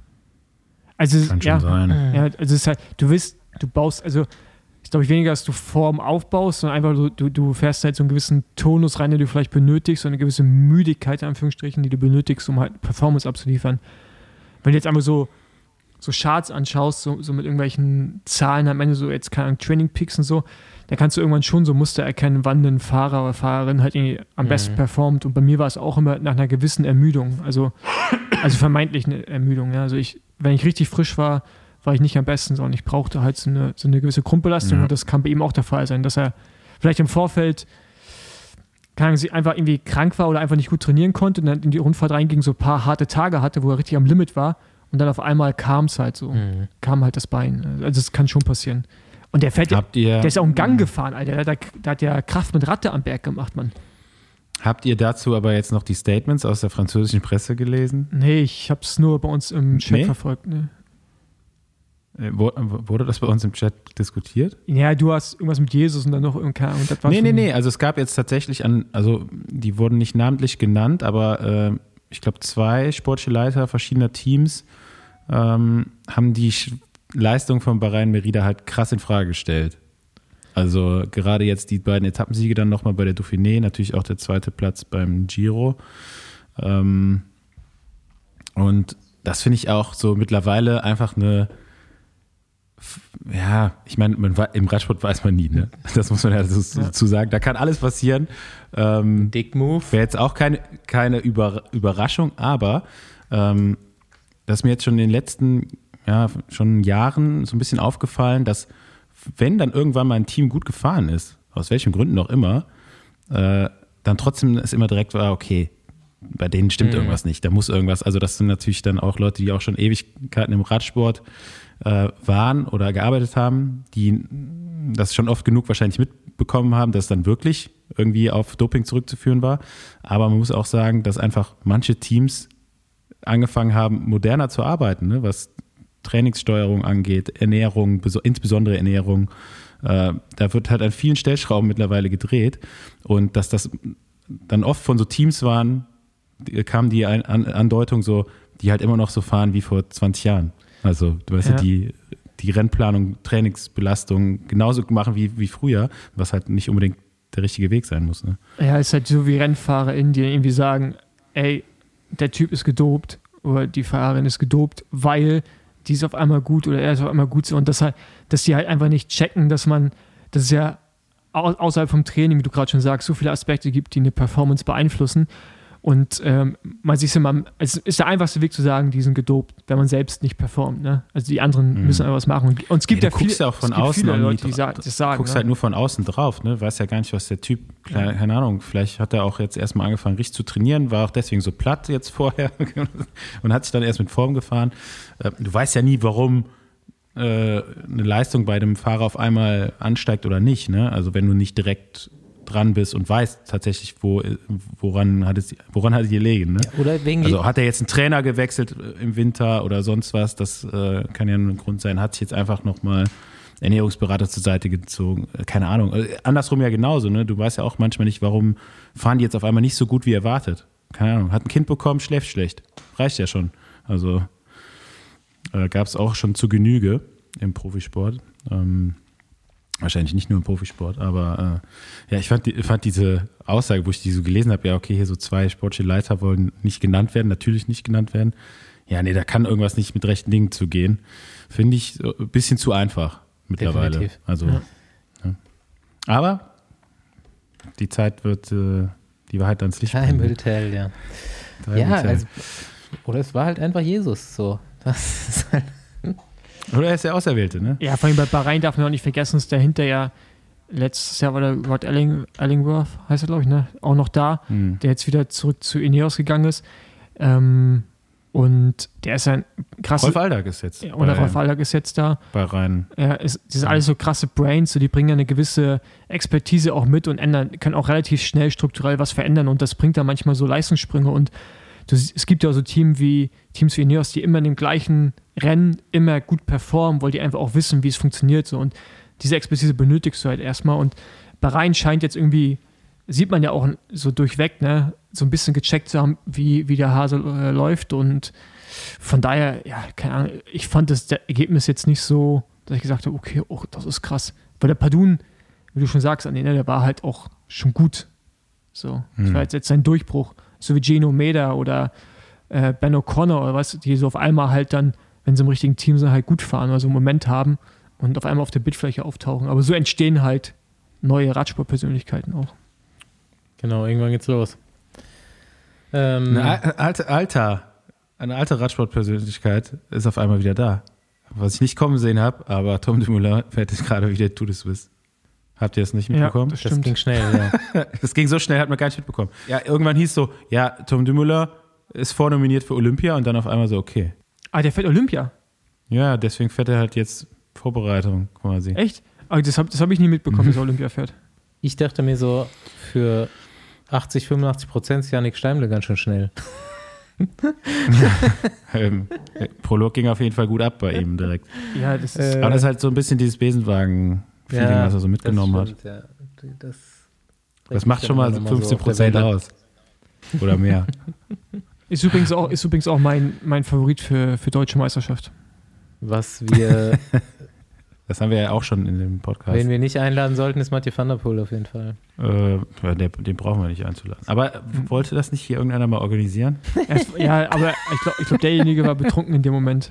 Also, Kann schon ja, sein. Ja, also es ist halt, du willst, du baust, also ich glaube ich weniger, dass du Form aufbaust, sondern einfach du, du, du fährst halt so einen gewissen Tonus rein, den du vielleicht benötigst, so eine gewisse Müdigkeit, in Anführungsstrichen, die du benötigst, um halt Performance abzuliefern. Wenn du jetzt einmal so, so Charts anschaust, so, so mit irgendwelchen Zahlen am Ende, so jetzt keine Ahnung, Training Peaks und so, da kannst du irgendwann schon so Muster erkennen, wann ein Fahrer oder Fahrerin halt irgendwie am Mhm. besten performt. Und bei mir war es auch immer nach einer gewissen Ermüdung, also, also vermeintlich eine Ermüdung. Ja. Also ich, wenn ich richtig frisch war, war ich nicht am besten, sondern ich brauchte halt so eine, so eine gewisse Grundbelastung. Ja. Und das kann bei ihm auch der Fall sein, dass er vielleicht im Vorfeld kann sie einfach irgendwie krank war oder einfach nicht gut trainieren konnte und dann in die Rundfahrt reinging, so ein paar harte Tage hatte, wo er richtig am Limit war und dann auf einmal kam es halt so, Mhm. kam halt das Bein. Also das kann schon passieren. Und der fährt, Habt ihr, der ist auch einen Gang gefahren, Alter. Da, da hat ja Kraft mit Ratte am Berg gemacht, Mann. habt ihr dazu aber jetzt noch die Statements aus der französischen Presse gelesen? Nee, ich hab's nur bei uns im Chat Nee? verfolgt. Ne? Äh, wo- Wurde das bei uns im Chat diskutiert? Ja, du hast irgendwas mit Jesus und dann noch irgendein. Und das war Nee, schon- nee, nee. Also es gab jetzt tatsächlich an, also die wurden nicht namentlich genannt, aber äh, ich glaube zwei sportliche Leiter verschiedener Teams ähm, haben die sch- Leistung von Bahrain Merida halt krass in Frage gestellt. Also gerade jetzt die beiden Etappensiege dann nochmal bei der Dauphiné, natürlich auch der zweite Platz beim Giro. Ähm, und das finde ich auch so mittlerweile einfach eine, ja, ich meine, im Radsport weiß man nie, ne? Das muss man ja dazu sagen. Da kann alles passieren. Ähm, Dick Move. Wäre jetzt auch keine, keine Über, Überraschung, aber ähm, das ist mir jetzt schon in den letzten ja, schon Jahren so ein bisschen aufgefallen, dass wenn dann irgendwann mal ein Team gut gefahren ist, aus welchen Gründen auch immer, äh, dann trotzdem ist immer direkt war, okay, bei denen stimmt mhm. irgendwas nicht, da muss irgendwas, also das sind natürlich dann auch Leute, die auch schon Ewigkeiten im Radsport äh, waren oder gearbeitet haben, die das schon oft genug wahrscheinlich mitbekommen haben, dass dann wirklich irgendwie auf Doping zurückzuführen war, aber man muss auch sagen, dass einfach manche Teams angefangen haben, moderner zu arbeiten, ne, was Trainingssteuerung angeht, Ernährung, insbesondere Ernährung. Äh, da wird halt an vielen Stellschrauben mittlerweile gedreht. Und dass das dann oft von so Teams waren, kam die an, an, Andeutung so, die halt immer noch so fahren wie vor zwanzig Jahren. Also, du weißt ja, die, die Rennplanung, Trainingsbelastung genauso machen wie, wie früher, was halt nicht unbedingt der richtige Weg sein muss. Ne? Ja, ist halt so wie Rennfahrer in die irgendwie sagen, ey, der Typ ist gedopt oder die Fahrerin ist gedopt, weil die ist auf einmal gut oder er ist auf einmal gut so und das halt, dass die halt einfach nicht checken, dass man, dass es ja au- außerhalb vom Training, wie du gerade schon sagst, so viele Aspekte gibt, die eine Performance beeinflussen und ähm, man sieht es immer, es ist der einfachste Weg zu sagen, die sind gedopt, wenn man selbst nicht performt, ne? Also die anderen mhm. müssen einfach was machen und, und es gibt ja, ja viele, ja auch von es gibt außen viele Leute, die dra- das sagen. Du guckst ne? halt nur von außen drauf, ne? Weißt ja gar nicht, was der Typ, klar, keine Ahnung, vielleicht hat er auch jetzt erstmal angefangen richtig zu trainieren, war auch deswegen so platt jetzt vorher und hat sich dann erst mit Form gefahren. Du weißt ja nie, warum äh, eine Leistung bei dem Fahrer auf einmal ansteigt oder nicht, ne? Also wenn du nicht direkt dran bist und weißt tatsächlich, wo, woran hat es, woran hat es gelegen, ne? Ja, oder wegen also hat er jetzt einen Trainer gewechselt im Winter oder sonst was, das äh, kann ja nur ein Grund sein, hat sich jetzt einfach nochmal Ernährungsberater zur Seite gezogen, keine Ahnung. Andersrum ja genauso, ne? Du weißt ja auch manchmal nicht, warum fahren die jetzt auf einmal nicht so gut wie erwartet. Keine Ahnung, hat ein Kind bekommen, schläft schlecht. Reicht ja schon. Also äh, gab es auch schon zu Genüge im Profisport. Ähm, wahrscheinlich nicht nur im Profisport, aber äh, ja, ich fand, die, fand diese Aussage, wo ich die so gelesen habe, ja, okay, hier so zwei sportliche Leiter wollen nicht genannt werden, natürlich nicht genannt werden. Ja, nee, da kann irgendwas nicht mit rechten Dingen zugehen. Finde ich so ein bisschen zu einfach mittlerweile. Definitiv. Also, Ja. ja. Aber die Zeit wird äh, die Wahrheit ans Licht Time will bringen. tell, ja. Time Ja, will tell. also, oder es war halt einfach Jesus so. Das ist halt Oder er ist der Auserwählte, ne? Ja, vor allem bei Bahrain darf man auch nicht vergessen, dass dahinter ja letztes Jahr war der Rod Elling, Ellingworth, heißt er glaube ich, ne? Auch noch da, Hm. der jetzt wieder zurück zu Ineos gegangen ist. Ähm, und der ist ein krasser. Rolf Aldag ist jetzt Ja, oder bei, Rolf Aldag ist jetzt da. bei Rhein. Ja, ist, die sind alles so krasse Brains, so die bringen ja eine gewisse Expertise auch mit und ändern, können auch relativ schnell strukturell was verändern und das bringt dann manchmal so Leistungssprünge und du, es gibt ja so Team wie, Teams wie Ineos, die immer in dem gleichen Rennen immer gut performen, weil die einfach auch wissen, wie es funktioniert so und diese Expertise benötigst du halt erstmal und Bahrain scheint jetzt irgendwie, sieht man ja auch so durchweg, ne, so ein bisschen gecheckt zu haben, wie, wie der Hase äh, läuft und von daher, ja, keine Ahnung, ich fand das der Ergebnis jetzt nicht so, dass ich gesagt habe, okay, oh, das ist krass. Weil der Padun, wie du schon sagst, Andi, ne, der war halt auch schon gut. So, das Hm. war jetzt, jetzt sein Durchbruch. So wie Gino Meda oder äh, Ben O'Connor oder was, die so auf einmal halt dann, wenn sie im richtigen Team sind, halt gut fahren oder so einen Moment haben und auf einmal auf der Bildfläche auftauchen. Aber so entstehen halt neue Radsportpersönlichkeiten auch. genau, irgendwann geht's los. Ähm, Eine alte, alter, eine alte Radsportpersönlichkeit ist auf einmal wieder da. Was ich nicht kommen sehen habe, aber Tom Dumoulin fährt jetzt gerade wieder Tour de Suisse. Habt ihr es nicht mitbekommen? das das stimmt. ging schnell, ja. Das ging so schnell, hat man gar nicht mitbekommen. Ja, irgendwann hieß so, ja, Tom Dumoulin ist vornominiert für Olympia und dann auf einmal so, okay. Ah, der fährt Olympia. Ja, deswegen fährt er halt jetzt Vorbereitung quasi. Echt? Aber das habe das hab ich nie mitbekommen, dass er Olympia fährt. Ich dachte mir so, für achtzig, fünfundachtzig Prozent ist Yannick Steimle ganz schön schnell. ähm, Prolog ging auf jeden Fall gut ab bei ihm direkt. Ja, das ist. Äh, Aber das ist halt so ein bisschen dieses Besenwagen-Feeling, was er so mitgenommen das hat. stimmt, ja. Das, Das macht schon mal immer noch fünfzehn so auf der Prozent Welle. aus. Oder mehr. Ist übrigens auch, ist übrigens auch mein, mein Favorit für, für deutsche Meisterschaft. Was wir, Das haben wir ja auch schon in dem Podcast. wen wir nicht einladen sollten, ist Mathieu van der Poel auf jeden Fall. Äh, ja, der, den brauchen wir nicht einzuladen. Aber wollte das nicht hier irgendeiner mal organisieren? Erst, ja, aber ich glaube, ich glaub, derjenige war betrunken in dem Moment.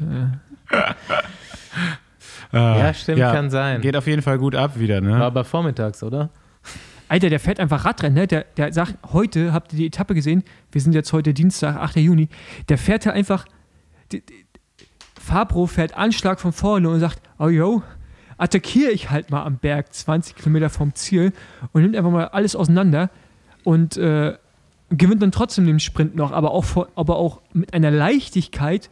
Ah, Ja, stimmt, kann sein. Geht auf jeden Fall gut ab wieder, ne? War aber vormittags, oder? Alter, der fährt einfach Radrennen, ne? Der, der sagt, heute, habt ihr die Etappe gesehen? Wir sind jetzt heute Dienstag, achter Juni. Der fährt da einfach, die, die, Fabro fährt Anschlag von vorne und sagt, oh yo, attackiere ich halt mal am Berg, zwanzig Kilometer vom Ziel und nimmt einfach mal alles auseinander und äh, gewinnt dann trotzdem den Sprint noch, aber auch, vor, aber auch mit einer Leichtigkeit.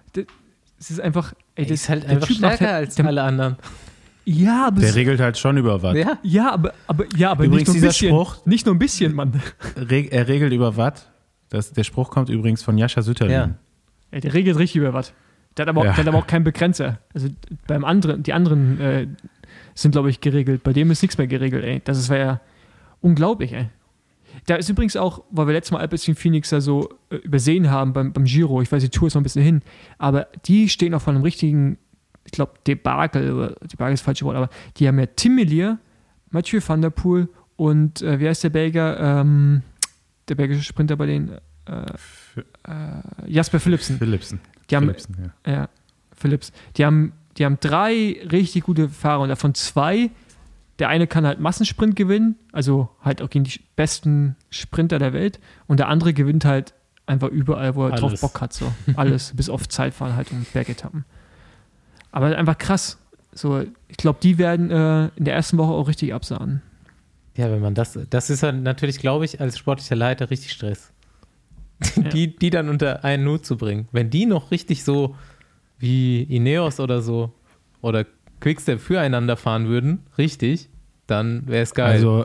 Es ist einfach, ey, Das das ist halt der einfach Typ macht stärker halt- als der, alle anderen. Ja, aber Der es- regelt halt schon über Watt. Ja. ja, aber, aber, ja, aber Übrigens nicht nur ein dieser bisschen. Spruch- Nicht nur ein bisschen, Mann. Re er regelt über Watt. Das, der Spruch kommt übrigens von Jascha Sütterlin. Ja. Ey, der regelt richtig über was. Der hat aber, auch, Ja. der hat aber auch keinen Begrenzer. Also beim anderen, die anderen äh, sind, glaube ich, geregelt. Bei dem ist nichts mehr geregelt, ey. Das war ja unglaublich, ey. Da ist übrigens auch, weil wir letztes Mal Alpecin Phoenix ja so äh, übersehen haben beim, beim Giro, ich weiß, die Tour ist noch ein bisschen hin, aber die stehen auch vor einem richtigen, ich glaube, Debakel, oder Debakel ist das falsche Wort, aber die haben ja Tim Merlier, Mathieu van der Poel und äh, wie heißt der Belgier, ähm, der belgische Sprinter bei den äh, äh, Jasper Philipsen. Philipsen. Die haben, Philipsen, ja. ja, Philips. Die haben, die haben drei richtig gute Fahrer und davon zwei. Der eine kann halt Massensprint gewinnen, also halt auch gegen die besten Sprinter der Welt. Und der andere gewinnt halt einfach überall, wo er Alles. drauf Bock hat. So. Alles, bis auf Zeitfahren halt und Bergetappen. Aber einfach krass. So, ich glaube, die werden äh, in der ersten Woche auch richtig absahen. Ja, wenn man das, das ist dann natürlich, glaube ich, als sportlicher Leiter richtig Stress. Ja. Die, die dann unter einen Hut zu bringen. Wenn die noch richtig so wie Ineos oder so oder Quickstep füreinander fahren würden, richtig, dann wäre es geil. Also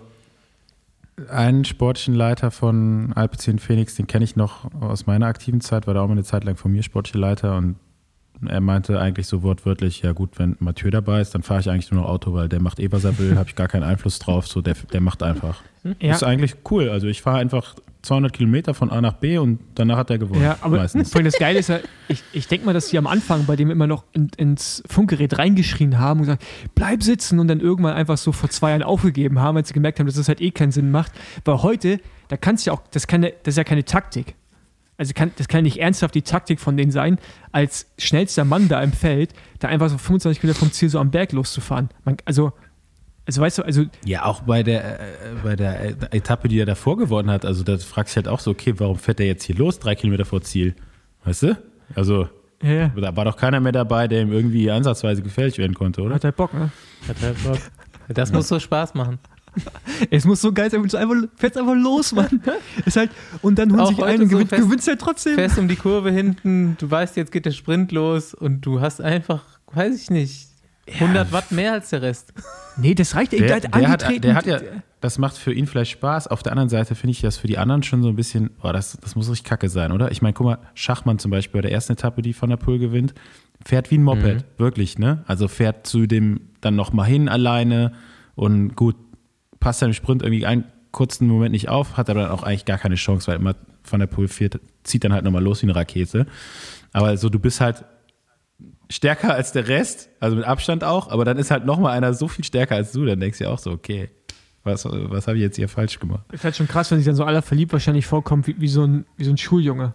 einen sportlichen Leiter von Alpecin Phoenix, den kenne ich noch aus meiner aktiven Zeit, war da auch mal eine Zeit lang von mir sportlicher Leiter und er meinte eigentlich so wortwörtlich, ja gut, wenn Mathieu dabei ist, dann fahre ich eigentlich nur noch Auto, weil der macht eh, was er will, habe ich gar keinen Einfluss drauf, so der, der macht einfach. Ja. Ist eigentlich cool, also ich fahre einfach zweihundert Kilometer von A nach B und danach hat er gewonnen. Ja, aber meistens. vor allem das Geile ist ja, ich, ich denke mal, dass die am Anfang bei dem immer noch in, ins Funkgerät reingeschrien haben und gesagt, bleib sitzen und dann irgendwann einfach so vor zwei Jahren aufgegeben haben, als sie gemerkt haben, dass das halt eh keinen Sinn macht. Weil heute, da kannst du ja auch, das, kann, das ist ja keine Taktik. Also kann, das kann nicht ernsthaft die Taktik von denen sein, als schnellster Mann da im Feld, da einfach so fünfundzwanzig Kilometer vom Ziel so am Berg loszufahren. Man, also, also weißt du, also Ja, auch bei der, äh, bei der Etappe, die er davor gewonnen hat, also da fragst du dich halt auch so, okay, warum fährt er jetzt hier los, drei Kilometer vor Ziel? Weißt du? Also, ja, ja, da war doch keiner mehr dabei, der ihm irgendwie ansatzweise gefährlich werden konnte, oder? hat halt Bock, ne? Hat halt Bock. Das muss so Spaß machen. Es muss so geil sein, wenn du einfach, fährst einfach los, Mann. Ist halt, und dann holen Auch sich heute einen und so gewinnt, fest- gewinnst halt trotzdem. Fährst um die Kurve hinten, du weißt, jetzt geht der Sprint los und du hast einfach, weiß ich nicht, hundert Watt mehr als der Rest. Nee, das reicht. ey, Der, der, der, hat hat, angetreten. der hat ja, das macht für ihn vielleicht Spaß. Auf der anderen Seite finde ich das für die anderen schon so ein bisschen, oh, das, das muss richtig kacke sein, oder? Ich meine, guck mal, Schachmann zum Beispiel bei der ersten Etappe, die Van der Poel gewinnt, fährt wie ein Moped, wirklich, ne? Also fährt zu dem dann nochmal hin alleine und gut, passt dann im Sprint irgendwie einen kurzen Moment nicht auf, hat aber dann auch eigentlich gar keine Chance, weil immer Van der Poel fährt, zieht dann halt nochmal los wie eine Rakete. Aber so, du bist halt stärker als der Rest, also mit Abstand auch, aber dann ist halt nochmal einer so viel stärker als du, dann denkst du ja auch so, okay, was, was habe ich jetzt hier falsch gemacht? Ist halt schon krass, wenn sich dann so aller verliebt wahrscheinlich vorkommt, wie, wie, so, ein, wie so ein Schuljunge.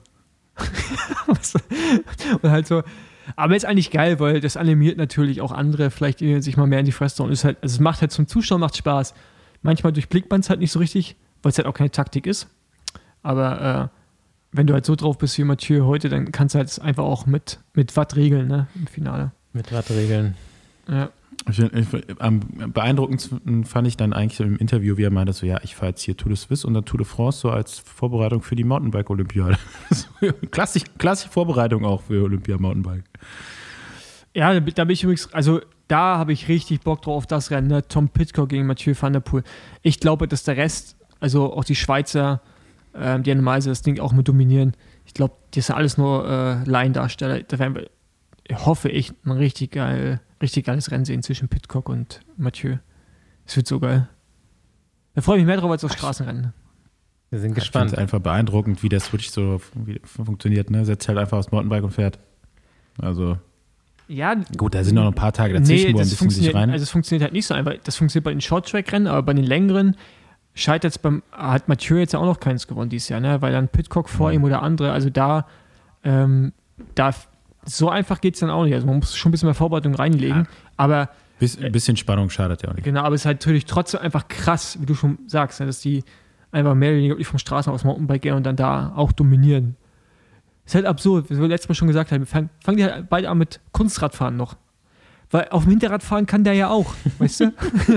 Und halt so. Aber ist eigentlich geil, weil das animiert natürlich auch andere, vielleicht die sich mal mehr in die Fresse und ist halt, also es macht halt zum Zuschauer macht Spaß. Manchmal durchblickt man es halt nicht so richtig, weil es halt auch keine Taktik ist. Aber äh, wenn du halt so drauf bist wie Mathieu heute, dann kannst du halt einfach auch mit, mit Watt regeln, ne, im Finale. Mit Wattregeln. Ja. Ich, ich, am beeindruckendsten fand ich dann eigentlich im Interview, wie er meinte, so ja, ich fahre jetzt hier Tour de Suisse und dann Tour de France so als Vorbereitung für die Mountainbike-Olympiade. Klassisch, klassische Vorbereitung auch für Olympia-Mountainbike. Ja, da bin da bin ich übrigens, also da habe ich richtig Bock drauf auf das Rennen, ne? Tom Pidcock gegen Mathieu van der Poel. Ich glaube, dass der Rest, also auch die Schweizer, ähm, die normalerweise das Ding auch mit dominieren, ich glaube, das sind alles nur äh, Laiendarsteller. Da werden wir, hoffe ich, ein richtig, geil, richtig geiles Rennen sehen zwischen Pidcock und Mathieu. Es wird so geil. Da freue ich mich mehr drauf als auf Straßenrennen. Wir sind Ich gespannt. finde es einfach beeindruckend, wie der Switch so wie, funktioniert. Ne? Setzt halt einfach aufs Mountainbike und fährt. Also Ja, Gut, da sind noch ein paar Tage dazwischen, nee, wo ein das bisschen sich funktioniert, rein. also es funktioniert halt nicht so einfach. Das funktioniert bei den Short-Track-Rennen, aber bei den längeren scheitert es beim, hat Mathieu jetzt ja auch noch keins gewonnen dieses Jahr, ne? Weil dann Pidcock vor Mhm. ihm oder andere, also da, ähm, da so einfach geht es dann auch nicht. Also man muss schon ein bisschen mehr Vorbereitung reinlegen, Ja. aber Biss, ein bisschen Spannung schadet ja auch nicht. genau, aber es ist halt natürlich trotzdem einfach krass, wie du schon sagst, ne? Dass die einfach mehr oder weniger wirklich vom Straßen aus Mountainbike gehen und dann da auch dominieren. Ist halt absurd, wie wir letztes Mal schon gesagt haben, fangen fang die halt beide an mit Kunstradfahren noch. Weil auf dem Hinterradfahren kann der ja auch, weißt du?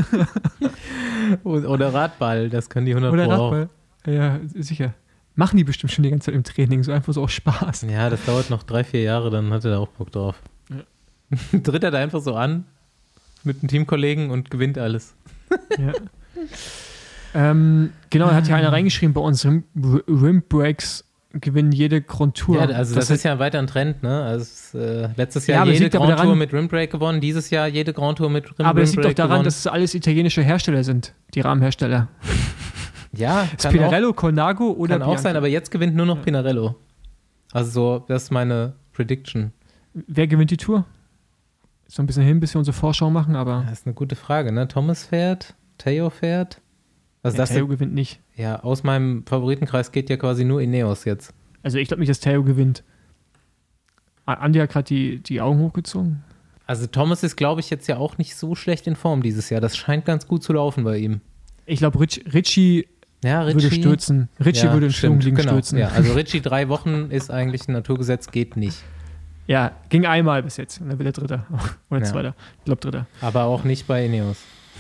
Oder Radball, das können die hundert Oder Pro auch. Radball. Ja, sicher. Machen die bestimmt schon die ganze Zeit im Training, so einfach so aus Spaß. Ja, das dauert noch drei, vier Jahre, dann hat er da auch Bock drauf. Ja. Tritt er da einfach so an mit einem Teamkollegen und gewinnt alles. Ja. ähm, genau, da hat ja einer reingeschrieben bei uns, Rim, Rimbreaks gewinnen jede Grand Tour. Ja, also das, das ist ja weiter ein Trend, ne? Also, äh, letztes Ja, Jahr aber es jede liegt aber Grand Tour daran- mit Rimbrake gewonnen, dieses Jahr jede Grand Tour mit Rim aber es liegt doch Rimbrake daran, gewonnen. dass es alles italienische Hersteller sind, die Rahmenhersteller. Ja, Das kann Pinarello, Colnago auch, oder kann auch Bianchi. sein, aber jetzt gewinnt nur noch Pinarello. Also so, das ist meine Prediction. Wer gewinnt die Tour? So ein bisschen hin, bis wir unsere Vorschau machen, aber Das ist eine gute Frage, ne? Thomas fährt, Theo fährt. Also ja, das Theo gewinnt nicht. ja, aus meinem Favoritenkreis geht ja quasi nur Ineos jetzt. Also ich glaube nicht, dass Theo gewinnt. A- Andi hat gerade die, die Augen hochgezogen. Also Thomas ist, glaube ich, jetzt ja auch nicht so schlecht in Form dieses Jahr. Das scheint ganz gut zu laufen bei ihm. Ich glaube, Rich, Richie Ja, würde stürzen. Richie ja, würde in stimmt, Führung liegen genau. stürzen. Ja, also Richie drei Wochen ist eigentlich ein Naturgesetz, geht nicht. Ja, ging einmal bis jetzt. Und dann wird er Dritter. Oder Ja. Zweiter. Ich glaube Dritter. Aber auch nicht bei Ineos.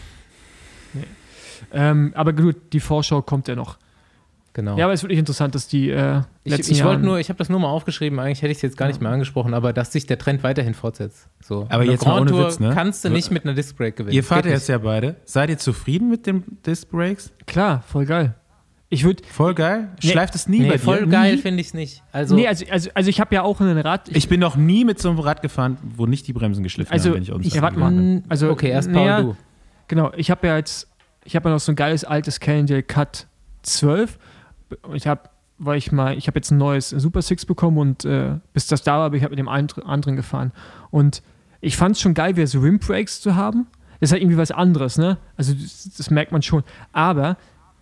Ähm, aber gut, die Vorschau kommt ja noch. Genau. Ja, aber es ist wirklich interessant, dass die äh, ich letzten ich wollte Jahren- nur, ich habe das nur mal aufgeschrieben, eigentlich hätte ich es jetzt gar nicht mehr angesprochen, aber dass sich der Trend weiterhin fortsetzt. So. Aber Eine jetzt mal Grand ohne Tour Witz, ne? kannst du nicht mit einer Disc Brake gewinnen. Ihr fahrt Geht jetzt ja beide. Seid ihr zufrieden mit den Disc Brakes? Klar, voll geil. Ich würde. Voll geil. Nee. Schleift es nie Nee, bei voll dir? geil Nie? finde ich es nicht. Also, Nee, also, also, also ich habe ja auch ein Rad. Ich bin noch nie mit so einem Rad gefahren, wo nicht die Bremsen geschliffen Also, haben, wenn ich uns ich- warte mal. Mm, Also, okay, erst Paul, naja, du. Genau, ich habe ja jetzt, ich habe ja noch so ein geiles altes Cannondale Cut zwölf. Und ich habe, weil ich mal, ich habe jetzt ein neues Super Six bekommen und äh, bis das da war, bin ich halt mit dem anderen anderen gefahren. Und ich fand es schon geil, wieder so Rimbrakes zu haben. Das ist halt irgendwie was anderes, ne? Also das, das merkt man schon. Aber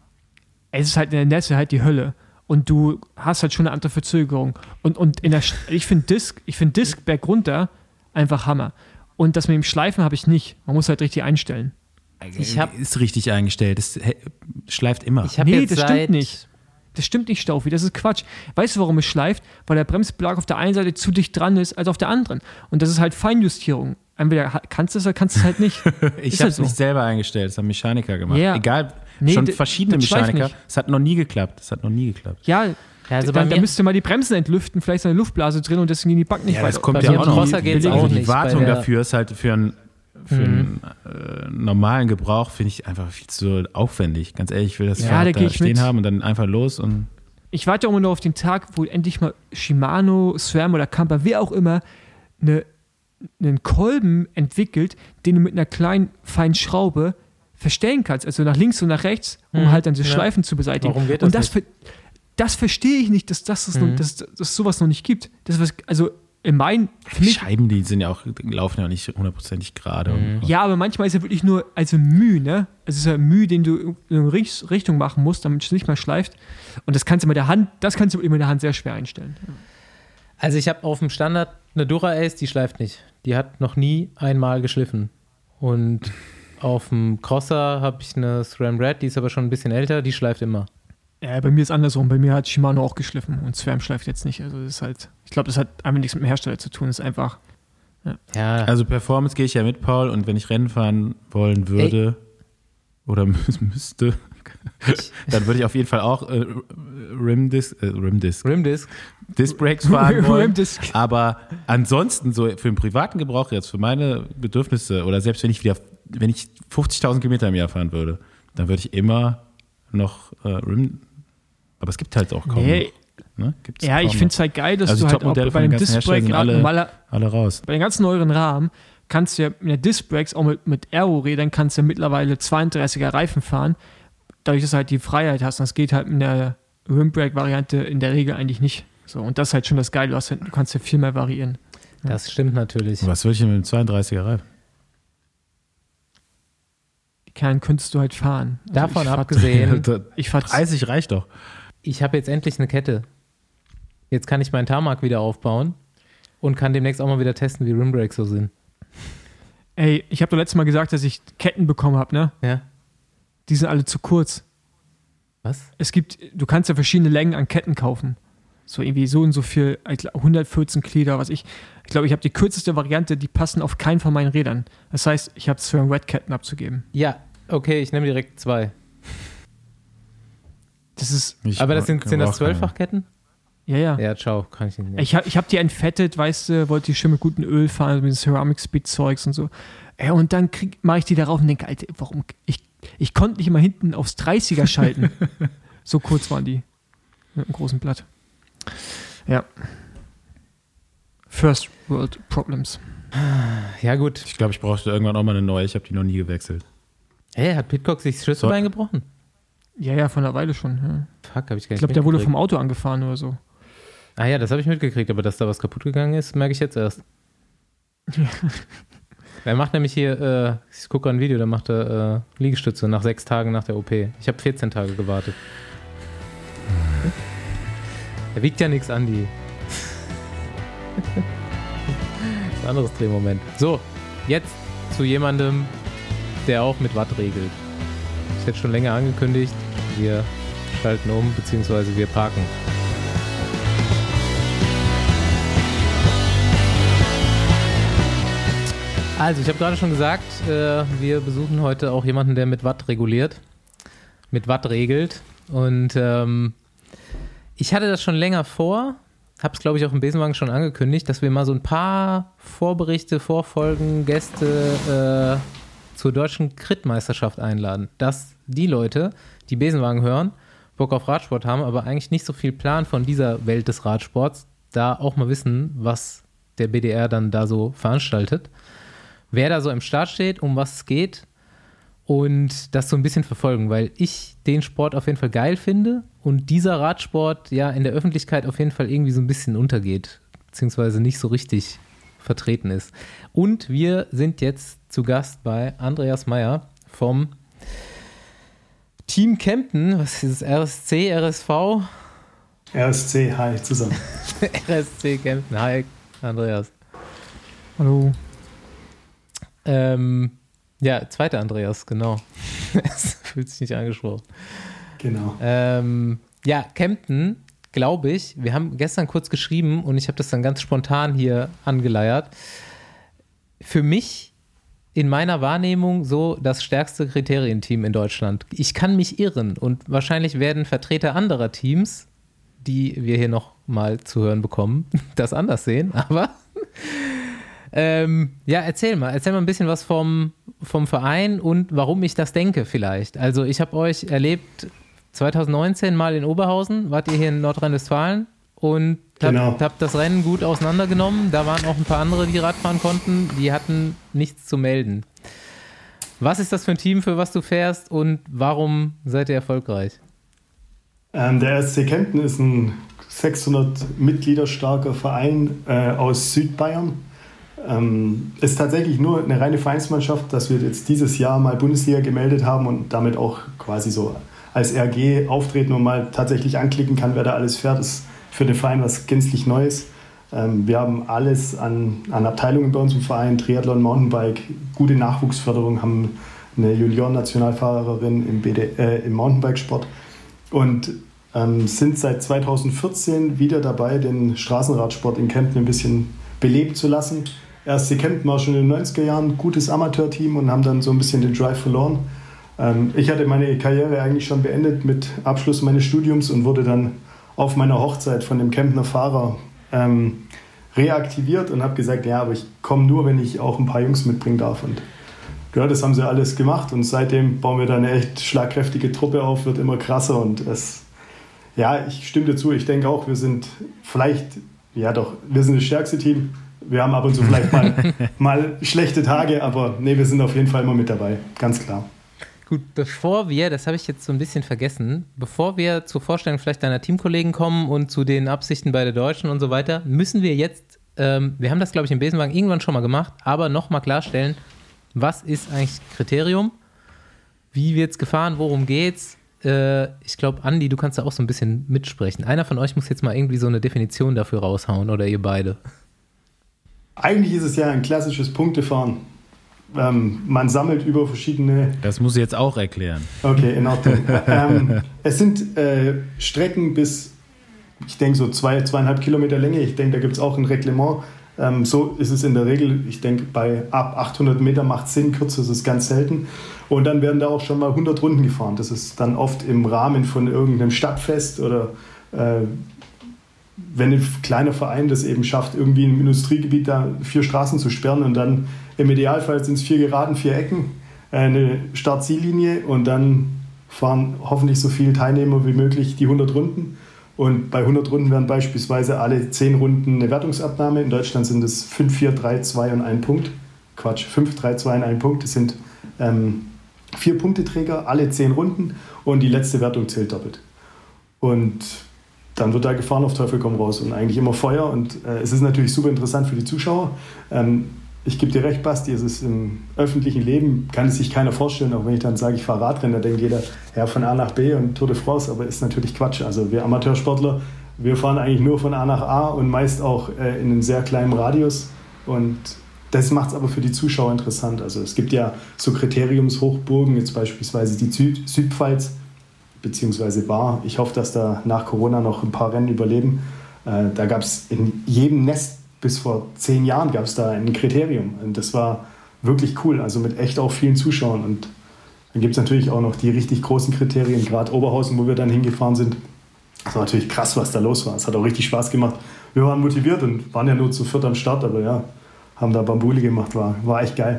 es ist halt in der Nässe halt die Hölle. Und du hast halt schon eine andere Verzögerung. Und, und in der, Sch- ich finde Disc, ich finde Disc bergunter einfach Hammer. Und das mit dem Schleifen habe ich nicht. Man muss halt richtig einstellen. Ich hab- ist richtig eingestellt. Das he- schleift immer. Ich habe Nee, jetzt das seit, stimmt nicht. Das stimmt nicht, Staufi, das ist Quatsch. Weißt du, warum es schleift? Weil der Bremsbelag auf der einen Seite zu dicht dran ist als auf der anderen. Und das ist halt Feinjustierung. Entweder ha- kannst du es oder kannst du es halt nicht. ich ist habe halt es so. nicht selber eingestellt, das haben Mechaniker gemacht. Ja. Egal, Nee, schon d- verschiedene das schleift Mechaniker. nicht. Es hat noch nie geklappt. Es hat noch nie geklappt. Ja, Ja, also bei dann, mir, dann müsst ihr mal die Bremsen entlüften, vielleicht ist eine Luftblase drin und deswegen gehen die Backen nicht Ja, weiter. das kommt bei ja mir auch im noch. Crosser geht's Also auch die nicht. Bei Wartung der- dafür ist halt für einen, für Mhm. einen äh, normalen Gebrauch, finde ich einfach viel zu aufwendig. Ganz ehrlich, ich will das Ja, Fahrrad da geh da ich stehen mit. haben und dann einfach los und Ich warte auch immer nur auf den Tag, wo endlich mal Shimano, SRAM oder Camper, wer auch immer, eine, einen Kolben entwickelt, den du mit einer kleinen, feinen Schraube verstellen kannst. Also nach links und nach rechts, um Mhm, halt dann die ja. Schleifen zu beseitigen. Warum geht das und das, ver- das verstehe ich nicht, dass das, das, Mhm. noch, dass, dass es sowas noch nicht gibt. Das ist was, also in meinen, für die mich, Scheiben, die sind ja auch, laufen ja auch nicht hundertprozentig gerade. Mhm. Und, ja, aber manchmal ist ja wirklich nur, also Mühe, ne? Es ist ja Mühe, den du in eine Richt- Richtung machen musst, damit es nicht mehr schleift. Und das kannst du mit der Hand, das kannst du wirklich mit der Hand sehr schwer einstellen. also ich habe auf dem Standard eine Dura Ace, die schleift nicht. Die hat noch nie einmal geschliffen. Und auf dem Crosser habe ich eine SRAM Red, die ist aber schon ein bisschen älter, die schleift immer. Ja, bei mir ist andersrum. Bei mir hat Shimano auch geschliffen und SRAM schleift jetzt nicht. Also das ist halt, ich glaube, das hat einfach nichts mit dem Hersteller zu tun. Das ist einfach, Ja, Also Performance gehe ich ja mit, Paul, und wenn ich Rennen fahren wollen würde oder mü- müsste, dann würde ich auf jeden Fall auch äh, Rimdisc, äh, Rimdisc, Rimdisc. Disc Brakes fahren wollen. Rimdisc. Aber ansonsten so für den privaten Gebrauch jetzt, für meine Bedürfnisse oder selbst wenn ich wieder, wenn ich fünfzigtausend Kilometer im Jahr fahren würde, dann würde ich immer noch äh, Rim, aber es gibt halt auch kaum nee, noch, ne? Gibt's ja, kaum ich finde es halt geil, dass Also du die halt auch Top-Modelle bei von den dem ganzen Herstellern Disc-Brake, sind alle- normaler, noch alle raus. bei den ganzen neueren Rahmen, kannst du ja mit der Disc-Brakes, auch mit, mit Aero-Rädern, kannst du ja mittlerweile zweiunddreißiger Reifen fahren, dadurch, dass du halt die Freiheit hast. Und das geht halt in der Rimbrake-Variante in der Regel eigentlich nicht. So, und das ist halt schon das Geile, du, hast, halt- du kannst ja viel mehr variieren. Das stimmt natürlich. Was will ich denn mit dem zweiunddreißiger Reifen? Die Kerlen könntest du halt fahren. Also Davon ich fahr- abgesehen, Ich fahr dreißig reicht doch. ich habe jetzt endlich eine Kette. Jetzt kann ich meinen Tarmac wieder aufbauen und kann demnächst auch mal wieder testen, wie Rimbrakes so sind. Ey, ich habe doch letztes Mal gesagt, dass ich Ketten bekommen habe, ne? Ja. Die sind alle zu kurz. Was? Es gibt, du kannst ja verschiedene Längen an Ketten kaufen. So irgendwie so und so viel, ich glaub, hundertvierzehn Glieder, was ich. Ich glaube, ich habe die kürzeste Variante, die passen auf keinen von meinen Rädern. Das heißt, ich habe es für Red-Ketten abzugeben. Ja, okay, ich nehme direkt zwei. Das ist, Ich Aber das sind, sind das brauch keine. Zwölffachketten? ja, ja. Ja, ciao, kann ich nicht nehmen. Ich habe ich hab die entfettet, weißt du, wollte die schön mit gutem Öl fahren, mit dem Ceramic Speed Zeugs und so. Ey, und dann mache ich die darauf und denke, Alter, warum? Ich, ich konnte nicht mal hinten aufs dreißiger schalten. So kurz waren die. Mit einem großen Blatt. Ja. First World Problems. Ja, gut. Ich glaube, ich brauchte irgendwann auch mal eine neue. Ich habe die noch nie gewechselt. Hey, hat Pitcock sich das Schlüsselbein gebrochen? Ja, ja, von einer Weile schon. Ja. Fuck, hab ich gar nicht Ich glaube, der wurde mitgekriegt. vom Auto angefahren oder so. Ah ja, das habe ich mitgekriegt, aber dass da was kaputt gegangen ist, merke ich jetzt erst. Er macht nämlich hier, äh, ich gucke ein Video, da macht er äh, Liegestütze nach sechs Tagen nach der O P. Ich habe vierzehn Tage gewartet. Er wiegt ja nichts, Andi. Ein anderes Drehmoment. So, jetzt zu jemandem, der auch mit Watt regelt. Ich hätte schon länger angekündigt, wir schalten um, beziehungsweise wir parken. Also, ich habe gerade schon gesagt, äh, wir besuchen heute auch jemanden, der mit Watt reguliert, mit Watt regelt. Und ähm, ich hatte das schon länger vor, habe es, glaube ich, auch im Besenwagen schon angekündigt, dass wir mal so ein paar Vorberichte, Vorfolgen, Gäste äh, zur deutschen Crit-Meisterschaft einladen. Dass die Leute, die Besenwagen hören, Bock auf Radsport haben, aber eigentlich nicht so viel Plan von dieser Welt des Radsports, da auch mal wissen, was der B D R dann da so veranstaltet. Wer da so im Start steht, um was es geht und das so ein bisschen verfolgen, weil ich den Sport auf jeden Fall geil finde und dieser Radsport ja in der Öffentlichkeit auf jeden Fall irgendwie so ein bisschen untergeht, beziehungsweise nicht so richtig vertreten ist. Und wir sind jetzt zu Gast bei Andreas Meyer vom Team Kempten. Was ist es? R S C, R S V? R S C, hi, zusammen. R S C Kempten. Hi, Andreas. Hallo. Ähm, ja, zweiter Andreas, genau. Es fühlt sich nicht angesprochen. Genau. Ähm, ja, Kempten, glaube ich, wir haben gestern kurz geschrieben und ich habe das dann ganz spontan hier angeleiert. Für mich in meiner Wahrnehmung so das stärkste Kriterienteam in Deutschland. Ich kann mich irren und wahrscheinlich werden Vertreter anderer Teams, die wir hier noch mal zu hören bekommen, das anders sehen, aber Ähm, ja, erzähl mal. Erzähl mal ein bisschen was vom, vom Verein und warum ich das denke vielleicht. Also ich habe euch erlebt zwanzig neunzehn mal in Oberhausen, wart ihr hier in Nordrhein-Westfalen und habt, Genau. habt das Rennen gut auseinandergenommen. Da waren auch ein paar andere, die Radfahren konnten. Die hatten nichts zu melden. Was ist das für ein Team, für was du fährst und warum seid ihr erfolgreich? Ähm, der R S C Kempten ist ein sechshundert Mitglieder starker Verein äh, aus Südbayern. Ähm, ist tatsächlich nur eine reine Vereinsmannschaft, dass wir jetzt dieses Jahr mal Bundesliga gemeldet haben und damit auch quasi so als R G auftreten und mal tatsächlich anklicken kann, wer da alles fährt. Das ist für den Verein was gänzlich Neues. Ähm, wir haben alles an, an Abteilungen bei uns im Verein, Triathlon, Mountainbike, gute Nachwuchsförderung, haben eine Junioren-Nationalfahrerin im, B D, äh, im Mountainbikesport und ähm, sind seit zweitausendvierzehn wieder dabei, den Straßenradsport in Kempten ein bisschen belebt zu lassen. R S C Kempten war schon in den neunziger Jahren ein gutes Amateurteam und haben dann so ein bisschen den Drive verloren. Ähm, ich hatte meine Karriere eigentlich schon beendet mit Abschluss meines Studiums und wurde dann auf meiner Hochzeit von dem Kemptner Fahrer ähm, reaktiviert und habe gesagt, ja, aber ich komme nur, wenn ich auch ein paar Jungs mitbringen darf. Und ja, das haben sie alles gemacht und seitdem bauen wir da eine echt schlagkräftige Truppe auf, wird immer krasser und es, ja, ich stimme dir zu, ich denke auch, wir sind vielleicht, ja doch, wir sind das stärkste Team. Wir haben ab und zu vielleicht mal, mal schlechte Tage, aber nee, wir sind auf jeden Fall immer mit dabei, ganz klar. Gut, bevor wir, das habe ich jetzt so ein bisschen vergessen, bevor wir zur Vorstellung vielleicht deiner Teamkollegen kommen und zu den Absichten bei der Deutschen und so weiter, müssen wir jetzt ähm, wir haben das, glaube ich, im Besenwagen irgendwann schon mal gemacht, aber nochmal klarstellen, was ist eigentlich Kriterium? Wie wird's gefahren? Worum geht's? Äh, ich glaube, Andi, du kannst da auch so ein bisschen mitsprechen. Einer von euch muss jetzt mal irgendwie so eine Definition dafür raushauen oder ihr beide. Eigentlich ist es ja ein klassisches Punktefahren. Ähm, man sammelt über verschiedene... Das muss ich jetzt auch erklären. Okay, in Ordnung. ähm, es sind äh, Strecken bis, ich denke, so zwei, zweieinhalb Kilometer Länge. Ich denke, da gibt es auch ein Reglement. Ähm, so ist es in der Regel. Ich denke, bei ab achthundert Meter macht es Sinn, kürzer ist es ganz selten. Und dann werden da auch schon mal hundert Runden gefahren. Das ist dann oft im Rahmen von irgendeinem Stadtfest oder äh, wenn ein kleiner Verein das eben schafft, irgendwie im Industriegebiet da vier Straßen zu sperren und dann im Idealfall sind es vier Geraden, vier Ecken, eine Start-Ziellinie und dann fahren hoffentlich so viele Teilnehmer wie möglich die hundert Runden. Und bei hundert Runden werden beispielsweise alle zehn Runden eine Wertungsabnahme. In Deutschland sind es fünf, vier, drei, zwei und ein Punkt. Quatsch, fünf, drei, zwei und ein Punkt. Das sind ähm, vier Punkteträger, alle zehn Runden und die letzte Wertung zählt doppelt. Und dann wird da gefahren auf Teufel komm raus und eigentlich immer Feuer und äh, es ist natürlich super interessant für die Zuschauer. Ähm, ich gebe dir recht, Basti, es ist im öffentlichen Leben, kann es sich keiner vorstellen, auch wenn ich dann sage, ich fahre Radrennen, da denkt jeder, ja, von A nach B und Tour de France, aber ist natürlich Quatsch. Also wir Amateursportler, wir fahren eigentlich nur von A nach A und meist auch äh, in einem sehr kleinen Radius und das macht es aber für die Zuschauer interessant. Also es gibt ja so Kriteriumshochburgen, jetzt beispielsweise die Süd- Südpfalz, beziehungsweise Bar. Ich hoffe, dass da nach Corona noch ein paar Rennen überleben. Äh, da gab es in jedem Nest bis vor zehn Jahren gab es da ein Kriterium. Und das war wirklich cool, also mit echt auch vielen Zuschauern. Und dann gibt es natürlich auch noch die richtig großen Kriterien, gerade Oberhausen, wo wir dann hingefahren sind. Das war natürlich krass, was da los war. Es hat auch richtig Spaß gemacht. Wir waren motiviert und waren ja nur zu viert am Start, aber ja, haben da Bambuli gemacht, war, war echt geil.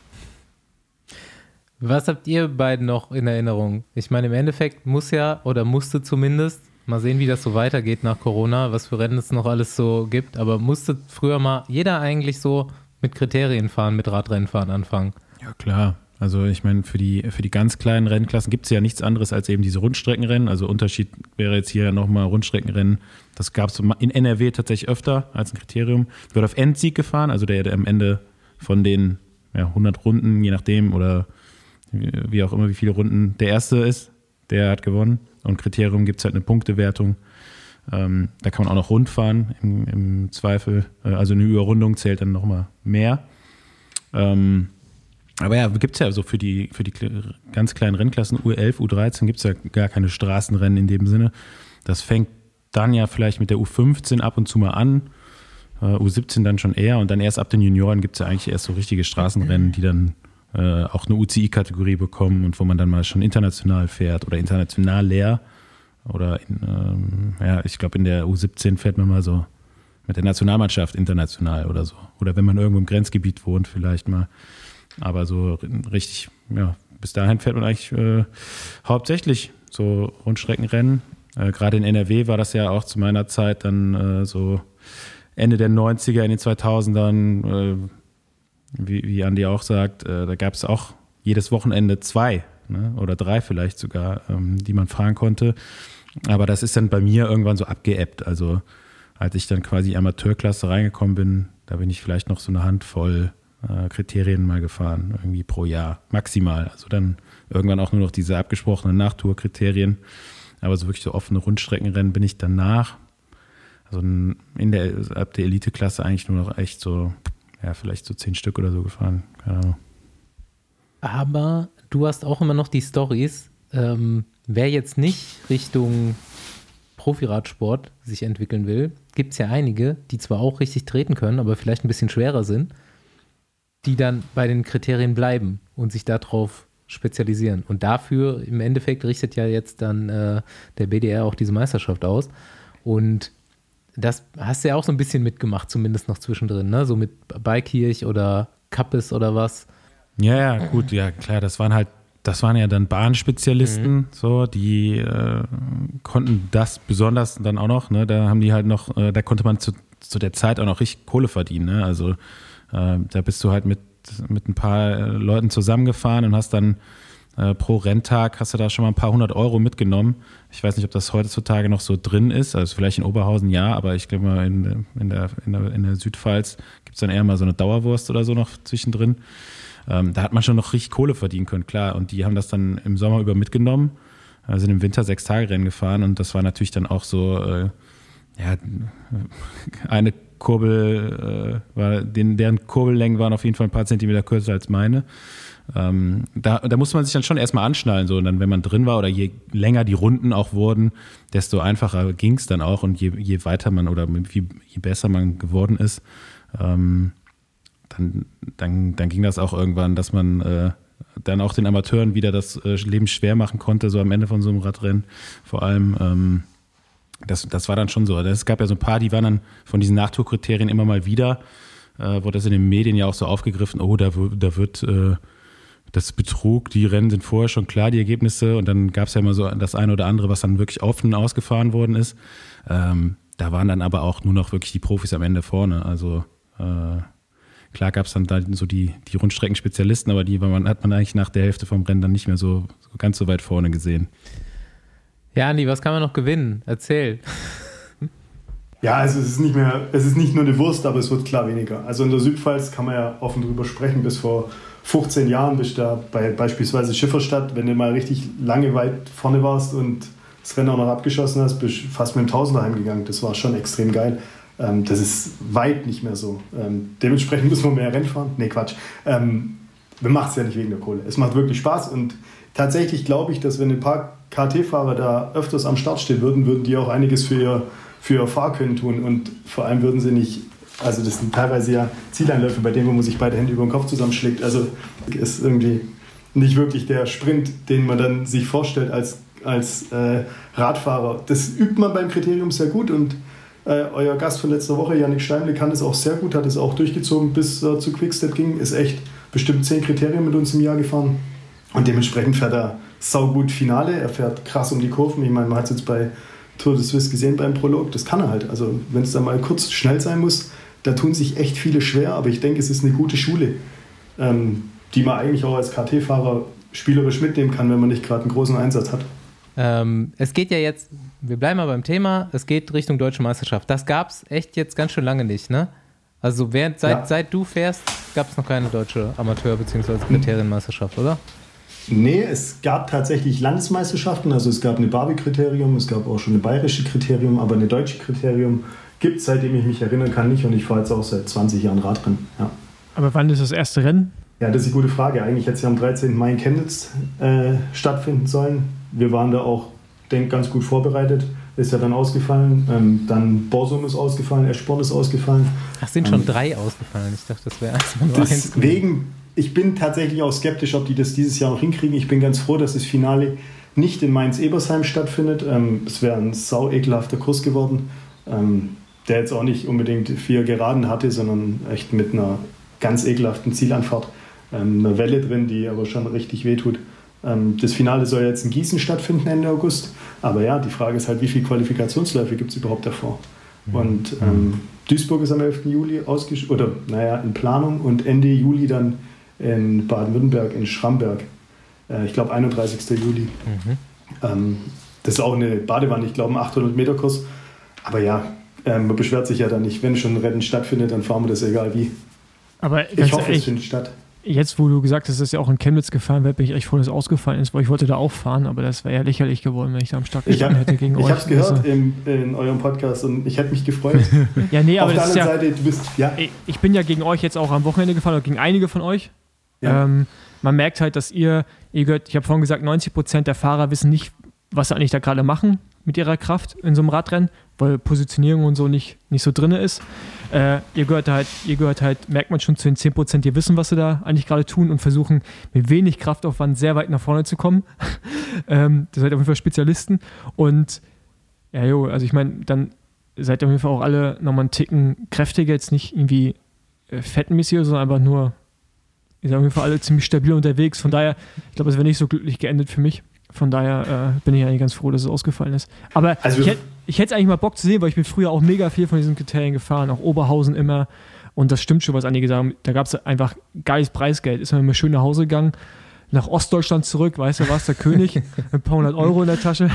Was habt ihr beiden noch in Erinnerung? Ich meine, im Endeffekt muss ja, oder musste zumindest, mal sehen, wie das so weitergeht nach Corona, was für Rennen es noch alles so gibt, aber musste früher mal jeder eigentlich so mit Kriterien fahren, mit Radrennenfahren anfangen? Ja, klar. Also ich meine, für die, für die ganz kleinen Rennklassen gibt es ja nichts anderes als eben diese Rundstreckenrennen. Also Unterschied wäre jetzt hier nochmal Rundstreckenrennen. Das gab es in N R W tatsächlich öfter als ein Kriterium. Wird auf Endsieg gefahren, also der, der am Ende von den ja, hundert Runden, je nachdem, oder wie auch immer, wie viele Runden der Erste ist, der hat gewonnen. Und Kriterium gibt es halt eine Punktewertung. Ähm, da kann man auch noch rund fahren im, im Zweifel. Äh, also eine Überrundung zählt dann nochmal mehr. Ähm, aber ja, gibt es ja so für die, für die ganz kleinen Rennklassen U elf, U dreizehn gibt es ja gar keine Straßenrennen in dem Sinne. Das fängt dann ja vielleicht mit der U fünfzehn ab und zu mal an. Uh, U siebzehn dann schon eher. Und dann erst ab den Junioren gibt es ja eigentlich erst so richtige Straßenrennen, die dann äh, auch eine U C I-Kategorie bekommen und wo man dann mal schon international fährt oder international leer. Oder in, ähm, ja, ich glaube in der U siebzehn fährt man mal so mit der Nationalmannschaft international oder so. Oder wenn man irgendwo im Grenzgebiet wohnt vielleicht mal. Aber so richtig, ja, bis dahin fährt man eigentlich äh, hauptsächlich so Rundstreckenrennen. Äh, Gerade in N R W war das ja auch zu meiner Zeit dann äh, so Ende der neunziger, in den zweitausendern, äh, wie, wie Andi auch sagt, äh, da gab es auch jedes Wochenende zwei, ne, oder drei vielleicht sogar, ähm, die man fahren konnte. Aber das ist dann bei mir irgendwann so abgeebbt. Also als ich dann quasi Amateurklasse reingekommen bin, da bin ich vielleicht noch so eine Handvoll äh, Kriterien mal gefahren, irgendwie pro Jahr, maximal. Also dann irgendwann auch nur noch diese abgesprochenen Nachtourkriterien. Aber so wirklich so offene Rundstreckenrennen bin ich danach, also in der, ab der Eliteklasse eigentlich nur noch echt so, ja, vielleicht so zehn Stück oder so gefahren. Keine Ahnung. Aber du hast auch immer noch die Storys, ähm, wer jetzt nicht Richtung Profiradsport sich entwickeln will, gibt es ja einige, die zwar auch richtig treten können, aber vielleicht ein bisschen schwerer sind, die dann bei den Kriterien bleiben und sich darauf spezialisieren. Und dafür im Endeffekt richtet ja jetzt dann äh, der B D R auch diese Meisterschaft aus. Und das hast du ja auch so ein bisschen mitgemacht, zumindest noch zwischendrin, ne? So mit Beikirch oder Kappes oder was. Ja, ja, gut, ja, klar, das waren halt, das waren ja dann Bahnspezialisten, mhm. so, die äh, konnten das besonders dann auch noch, ne? Da haben die halt noch, äh, da konnte man zu, zu der Zeit auch noch richtig Kohle verdienen, ne? Also äh, da bist du halt mit, mit ein paar Leuten zusammengefahren und hast dann Äh, pro Renntag hast du da schon mal ein paar hundert Euro mitgenommen. Ich weiß nicht, ob das heutzutage noch so drin ist. Also vielleicht in Oberhausen ja, aber ich glaube mal in, in, der, in, der, in der Südpfalz gibt es dann eher mal so eine Dauerwurst oder so noch zwischendrin. Ähm, da hat man schon noch richtig Kohle verdienen können, klar. Und die haben das dann im Sommer über mitgenommen, äh, sind im Winter sechs Tage Rennen gefahren und das war natürlich dann auch so, äh, ja, eine Kurbel, äh, war, den, deren Kurbellängen waren auf jeden Fall ein paar Zentimeter kürzer als meine. Ähm, da, da musste man sich dann schon erstmal anschnallen, so, und dann, wenn man drin war oder je länger die Runden auch wurden, desto einfacher ging es dann auch und je, je weiter man oder je, je besser man geworden ist, ähm, dann, dann, dann ging das auch irgendwann, dass man äh, dann auch den Amateuren wieder das äh, Leben schwer machen konnte, so am Ende von so einem Radrennen vor allem. Ähm, das, das war dann schon so. Es gab ja so ein paar, die waren dann von diesen Nachtourkriterien immer mal wieder, äh, wurde das in den Medien ja auch so aufgegriffen, oh, da, da wird äh, das Betrug, die Rennen sind vorher schon klar, die Ergebnisse, und dann gab es ja immer so das eine oder andere, was dann wirklich offen ausgefahren worden ist. Ähm, da waren dann aber auch nur noch wirklich die Profis am Ende vorne. Also äh, klar gab es dann da so die, die Rundstreckenspezialisten, aber die war man, hat man eigentlich nach der Hälfte vom Rennen dann nicht mehr so, so ganz so weit vorne gesehen. Ja, Andi, was kann man noch gewinnen? Erzähl. Ja, also es ist nicht mehr, es ist nicht nur eine Wurst, aber es wird klar weniger. Also in der Südpfalz kann man ja offen drüber sprechen, bis vor fünfzehn Jahren bist du da bei beispielsweise Schifferstadt, wenn du mal richtig lange weit vorne warst und das Rennen auch noch abgeschossen hast, bist du fast mit dem Tausender heimgegangen. Das war schon extrem geil. Ähm, das ist weit nicht mehr so. Ähm, dementsprechend müssen wir mehr Rennen fahren. Nee, Quatsch. Ähm, wir machen es ja nicht wegen der Kohle. Es macht wirklich Spaß und tatsächlich glaube ich, dass wenn ein paar K T-Fahrer da öfters am Start stehen würden, würden die auch einiges für ihr, für ihr Fahrkönnen tun und vor allem würden sie nicht. Also das sind teilweise ja Zieleinläufe, bei denen man sich beide Hände über den Kopf zusammenschlägt. Also ist irgendwie nicht wirklich der Sprint, den man dann sich vorstellt als, als äh, Radfahrer. Das übt man beim Kriterium sehr gut und äh, euer Gast von letzter Woche, Yannick Steimle, kann das auch sehr gut, hat es auch durchgezogen, bis er äh, zu Quickstep ging. Ist echt bestimmt zehn Kriterien mit uns im Jahr gefahren und dementsprechend fährt er saugut Finale. Er fährt krass um die Kurven. Ich meine, man hat es jetzt bei Tour de Suisse gesehen beim Prolog. Das kann er halt. Also wenn es dann mal kurz schnell sein muss, da tun sich echt viele schwer, aber ich denke, es ist eine gute Schule, ähm, die man eigentlich auch als K T-Fahrer spielerisch mitnehmen kann, wenn man nicht gerade einen großen Einsatz hat. Ähm, es geht ja jetzt, wir bleiben mal beim Thema, es geht Richtung Deutsche Meisterschaft. Das gab es echt jetzt ganz schön lange nicht, ne? Also während, seit, ja. seit du fährst, gab es noch keine deutsche Amateur- bzw. Kriterienmeisterschaft, oder? Nee, es gab tatsächlich Landesmeisterschaften, also es gab eine Barbie-Kriterium, es gab auch schon eine bayerische Kriterium, aber eine deutsche Kriterium gibt es, seitdem ich mich erinnern kann, nicht und ich fahre jetzt auch seit zwanzig Jahren Radrennen. Ja. Aber wann ist das erste Rennen? Ja, das ist eine gute Frage. Eigentlich hätte es ja am dreizehnten Mai in Chemnitz äh, stattfinden sollen. Wir waren da auch, denke ganz gut vorbereitet. Ist ja dann ausgefallen. Ähm, dann Borsum ist ausgefallen, Eschborn ist ausgefallen. Ach, sind schon ähm, drei ausgefallen. Ich dachte, das wäre erstmal nur eins. Deswegen, ich bin tatsächlich auch skeptisch, ob die das dieses Jahr noch hinkriegen. Ich bin ganz froh, dass das Finale nicht in Mainz-Ebersheim stattfindet. Ähm, es wäre ein sau ekelhafter Kurs geworden. Ähm, der jetzt auch nicht unbedingt vier Geraden hatte, sondern echt mit einer ganz ekelhaften Zielanfahrt. Ähm, eine Welle drin, die aber schon richtig wehtut. Ähm, das Finale soll jetzt in Gießen stattfinden Ende August. Aber ja, die Frage ist halt, wie viele Qualifikationsläufe gibt es überhaupt davor? Und ähm, Duisburg ist am elften Juli ausgesch- oder naja, in Planung und Ende Juli dann in Baden-Württemberg, in Schramberg. Äh, ich glaube einunddreißigsten Juli. Mhm. Ähm, das ist auch eine Badewanne, ich glaube ein achthundert Meter Kurs. Aber ja, Ähm, man beschwert sich ja dann nicht, wenn schon ein Rennen stattfindet, dann fahren wir das egal wie. Aber ich hoffe, ehrlich, es findet statt. Jetzt, wo du gesagt hast, dass es ja auch in Chemnitz gefahren wird, bin ich echt froh, dass es ausgefallen ist, weil ich wollte da auch fahren, aber das wäre ja lächerlich geworden, wenn ich da am Start gestanden hätte gegen ich euch. Ich habe es gehört also. in, in eurem Podcast und ich hätte mich gefreut. Ja, nee, aber Auf das der anderen ist ja, Seite, du bist, ja. Ich bin ja gegen euch jetzt auch am Wochenende gefahren, oder gegen einige von euch. Ja. Ähm, man merkt halt, dass ihr, ihr gehört, ich habe vorhin gesagt, neunzig Prozent der Fahrer wissen nicht, was sie eigentlich da gerade machen mit ihrer Kraft in so einem Radrennen, weil Positionierung und so nicht, nicht so drin ist. Äh, ihr gehört halt, ihr gehört halt, merkt man schon zu den zehn Prozent, die wissen, was sie da eigentlich gerade tun und versuchen mit wenig Kraftaufwand sehr weit nach vorne zu kommen. ähm, das seid auf jeden Fall Spezialisten. Und ja, jo, also ich meine, dann seid ihr auf jeden Fall auch alle nochmal einen Ticken kräftiger, jetzt nicht irgendwie äh, fettenmäßig, sondern einfach nur, ihr seid auf jeden Fall alle ziemlich stabil unterwegs. Von daher, ich glaube, es wäre nicht so glücklich geendet für mich. Von daher äh, bin ich eigentlich ganz froh, dass es ausgefallen ist. Aber also ich, hätt, ich hätte eigentlich mal Bock zu sehen, weil ich bin früher auch mega viel von diesen Kriterien gefahren, auch Oberhausen immer. Und das stimmt schon, was Andi gesagt hat. Da gab es einfach geiles Preisgeld. Ist man immer schön nach Hause gegangen. nach Ostdeutschland zurück, weißt du, warst der König, ein paar hundert Euro in der Tasche.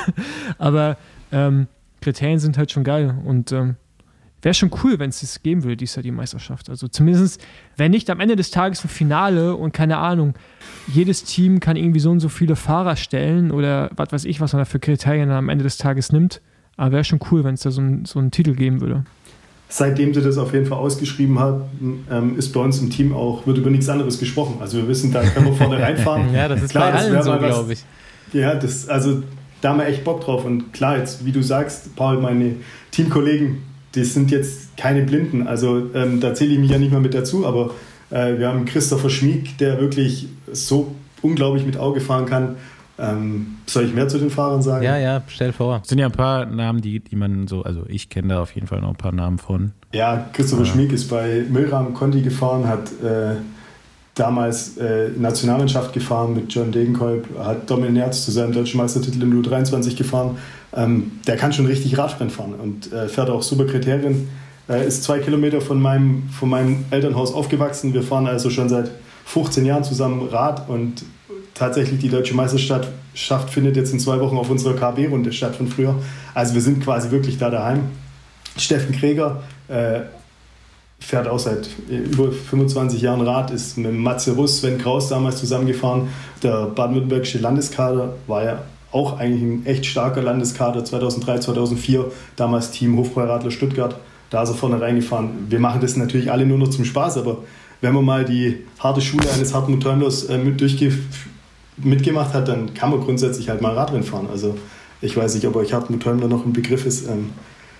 Aber ähm, Kriterien sind halt schon geil und ähm, wäre schon cool, wenn es das geben würde, dieses Jahr die Meisterschaft. Also zumindest, wenn nicht am Ende des Tages ein Finale und keine Ahnung, jedes Team kann irgendwie so und so viele Fahrer stellen oder was weiß ich, was man da für Kriterien am Ende des Tages nimmt. Aber wäre schon cool, wenn es da so, ein, so einen Titel geben würde. Seitdem sie das auf jeden Fall ausgeschrieben haben, ähm, ist bei uns im Team auch, wird über nichts anderes gesprochen. Also wir wissen, da können wir vorne reinfahren. Ja, das ist klar, bei allen das so, glaube ich. Ja, das, also da haben wir echt Bock drauf. Und klar, jetzt, wie du sagst, Paul, meine Teamkollegen, die sind jetzt keine Blinden. Also ähm, da zähle ich mich ja nicht mal mit dazu, aber äh, wir haben Christopher Schmieg, der wirklich so unglaublich mit Auge fahren kann. Ähm, soll ich mehr zu den Fahrern sagen? Ja, ja, stell vor. Es sind ja ein paar Namen, die, die man so, also ich kenne da auf jeden Fall noch ein paar Namen von. Ja, Christopher ja. Schmieg ist bei Milram Conti gefahren, hat äh, damals äh, Nationalmannschaft gefahren mit John Degenkolb, hat Dominik Nerz zu seinem deutschen Meistertitel in U dreiundzwanzig gefahren. Ähm, der kann schon richtig Radrennen fahren und äh, fährt auch super Kriterien. Er ist zwei Kilometer von meinem, von meinem Elternhaus aufgewachsen. Wir fahren also schon seit fünfzehn Jahren zusammen Rad und tatsächlich die deutsche Meisterschaft findet jetzt in zwei Wochen auf unserer K B-Runde statt von früher. Also wir sind quasi wirklich da daheim. Steffen Kreger äh, fährt auch seit über fünfundzwanzig Jahren Rad, ist mit Matze Russ, Sven Kraus damals zusammengefahren. Der baden-württembergische Landeskader war ja auch eigentlich ein echt starker Landeskader, zweitausenddrei, zweitausendvier, damals Team Hofbräuradler Stuttgart, da ist er vorne reingefahren. Wir machen das natürlich alle nur noch zum Spaß, aber wenn man mal die harte Schule eines Hartmut Törnlers äh, mit durchge- mitgemacht hat, dann kann man grundsätzlich halt mal Radrennen fahren. Also ich weiß nicht, ob euch Hartmut Törnler noch ein Begriff ist. Ähm,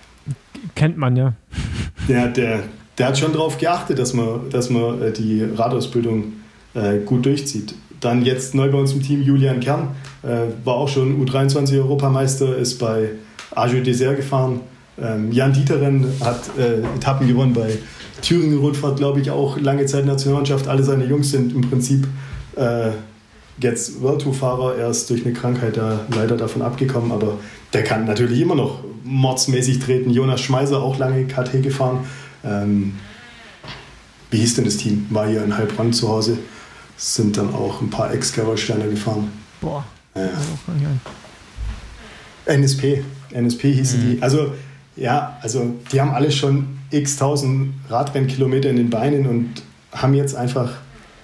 Kennt man, ja. Der, der, der hat schon darauf geachtet, dass man, dass man äh, die Radausbildung äh, gut durchzieht. Dann jetzt neu bei uns im Team Julian Kern, äh, war auch schon U dreiundzwanzig Europameister, ist bei Arjeux Désert gefahren. Ähm, Jan Dieteren hat äh, Etappen gewonnen bei Thüringen-Rundfahrt, glaube ich, auch lange Zeit Nationalmannschaft. Alle seine Jungs sind im Prinzip äh, jetzt World Tour-Fahrer. Er ist durch eine Krankheit da leider davon abgekommen, aber der kann natürlich immer noch mordsmäßig treten. Jonas Schmeiser, auch lange K T gefahren. Ähm, wie hieß denn das Team? War hier in Heilbronn zu Hause. Sind dann auch ein paar Ex-Gerolsteiner gefahren. Boah. Ja. N S P. N S P hießen mhm. die. Also, ja, also die haben alle schon x tausend Radrennkilometer in den Beinen und haben jetzt einfach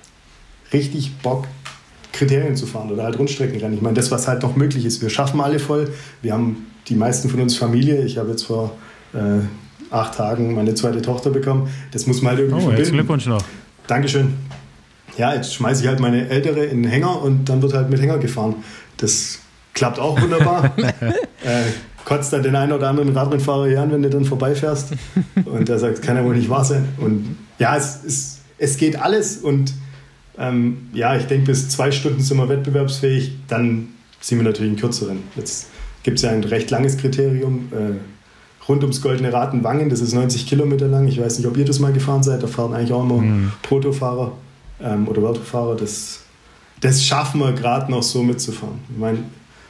richtig Bock, Kriterien zu fahren oder halt Rundstreckenrennen. Ich meine, das, was halt noch möglich ist. Wir schaffen alle voll. Wir haben die meisten von uns Familie. Ich habe jetzt vor äh, acht Tagen meine zweite Tochter bekommen. Das muss man halt irgendwie oh, verbinden. Herzlichen Glückwunsch noch. Dankeschön. Ja, jetzt schmeiße ich halt meine Ältere in den Hänger und dann wird halt mit Hänger gefahren. Das klappt auch wunderbar. äh, kotzt dann den einen oder anderen Radrennfahrer hier an, wenn du dann vorbeifährst. Und der sagt, das kann ja wohl nicht wahr sein. Und ja, es, es, es geht alles. Und ähm, ja, ich denke, bis zwei Stunden sind wir wettbewerbsfähig. Dann ziehen wir natürlich einen kürzeren. Jetzt gibt es ja ein recht langes Kriterium. Äh, rund ums Goldene Rad in Wangen. Das ist neunzig Kilometer lang. Ich weiß nicht, ob ihr das mal gefahren seid. Da fahren eigentlich auch immer mhm. Protofahrer ähm, oder Worldtour-Fahrer. Das, das schaffen wir gerade noch so mitzufahren. Ich meine,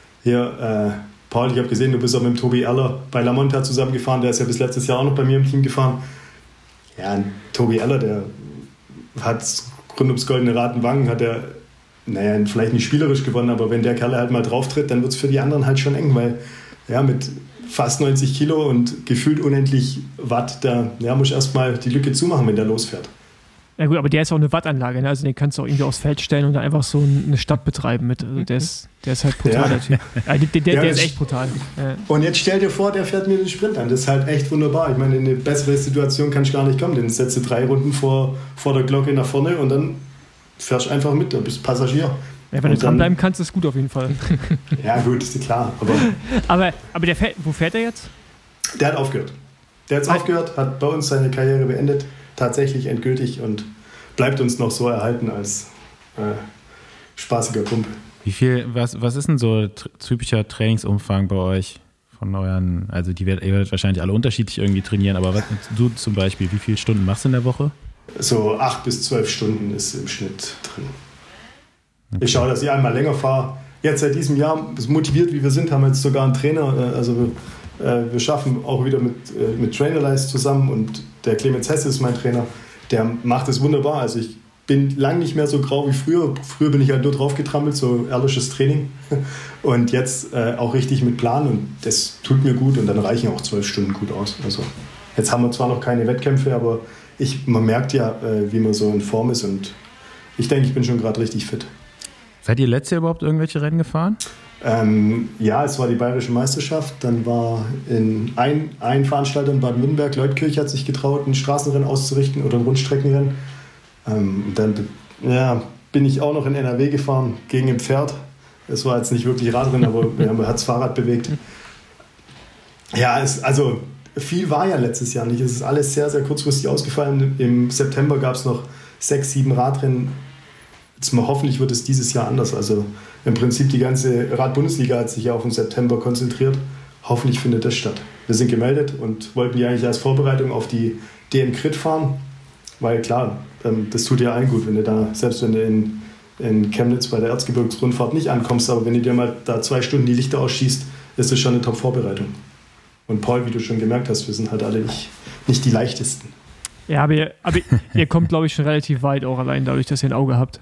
hier, äh, Paul, ich habe gesehen, du bist auch mit dem Tobi Eller bei La Monta zusammengefahren. Der ist ja bis letztes Jahr auch noch bei mir im Team gefahren. Ja, Tobi Eller, der hat rund ums Goldene Rad in Wangen, hat er, naja, vielleicht nicht spielerisch gewonnen, aber wenn der Kerl halt mal drauf tritt, dann wird es für die anderen halt schon eng, weil ja, mit fast neunzig Kilo und gefühlt unendlich Watt, da ja, muss ich erstmal die Lücke zumachen, wenn der losfährt. Ja gut, aber der ist auch eine Wattanlage, ne? Also den kannst du auch irgendwie aufs Feld stellen und dann einfach so eine Stadt betreiben mit. Also der ist, der ist halt brutal, ja. Der Typ. Ja, der, der, der, der ist echt brutal. Ja. Und jetzt stell dir vor, der fährt mir den Sprint an. Das ist halt echt wunderbar. Ich meine, in eine bessere Situation kann ich gar nicht kommen. Den setzt du drei Runden vor, vor der Glocke nach vorne und dann fährst du einfach mit, dann bist Passagier. Ja, wenn und du dranbleiben kannst, ist gut auf jeden Fall. Ja gut, ist klar. Aber, aber, aber der fährt, wo fährt er jetzt? Der hat aufgehört. Der hat jetzt aufgehört, hat bei uns seine Karriere beendet. Tatsächlich endgültig und bleibt uns noch so erhalten als äh, spaßiger Kumpel. Wie viel, was, was ist denn so t- typischer Trainingsumfang bei euch von euren, also die werdet, ihr werdet wahrscheinlich alle unterschiedlich irgendwie trainieren, aber was, du zum Beispiel, wie viele Stunden machst du in der Woche? So acht bis zwölf Stunden ist im Schnitt drin. Okay. Ich schaue, dass ich einmal länger fahre. Jetzt seit diesem Jahr, motiviert wie wir sind, haben wir jetzt sogar einen Trainer, also wir, äh, wir schaffen auch wieder mit, äh, mit Trainerlies zusammen und der Clemens Hesse ist mein Trainer. Der macht es wunderbar. Also ich bin lang nicht mehr so grau wie früher. Früher bin ich halt nur drauf getrampelt, so ehrliches Training. Und jetzt äh, auch richtig mit Plan und das tut mir gut und dann reichen auch zwölf Stunden gut aus. Also jetzt haben wir zwar noch keine Wettkämpfe, aber ich, man merkt ja, äh, wie man so in Form ist und ich denke, ich bin schon gerade richtig fit. Seid ihr letztes Jahr überhaupt irgendwelche Rennen gefahren? Ähm, ja, es war die Bayerische Meisterschaft. Dann war in ein, ein Veranstalter in Baden-Württemberg, Leutkirch, hat sich getraut, ein Straßenrennen auszurichten oder ein Rundstreckenrennen. Ähm, dann ja, bin ich auch noch in N R W gefahren gegen ein Pferd. Es war jetzt nicht wirklich Radrennen, aber ja, man hat das Fahrrad bewegt. Ja, es, also viel war ja letztes Jahr nicht. Es ist alles sehr, sehr kurzfristig ausgefallen. Im September gab es noch sechs, sieben Radrennen. Jetzt mal, hoffentlich wird es dieses Jahr anders. Also im Prinzip die ganze Rad-Bundesliga hat sich ja auf den September konzentriert. Hoffentlich findet das statt. Wir sind gemeldet und wollten ja eigentlich als Vorbereitung auf die D M Crit fahren. Weil klar, das tut ja allen gut, wenn du da, selbst wenn du in, in Chemnitz bei der Erzgebirgsrundfahrt nicht ankommst, aber wenn du dir mal da zwei Stunden die Lichter ausschießt, ist das schon eine Top-Vorbereitung. Und Paul, wie du schon gemerkt hast, wir sind halt alle nicht, nicht die leichtesten. Ja, aber ihr, aber ihr kommt, glaube ich, schon relativ weit, auch allein dadurch, dass ihr ein Auge habt.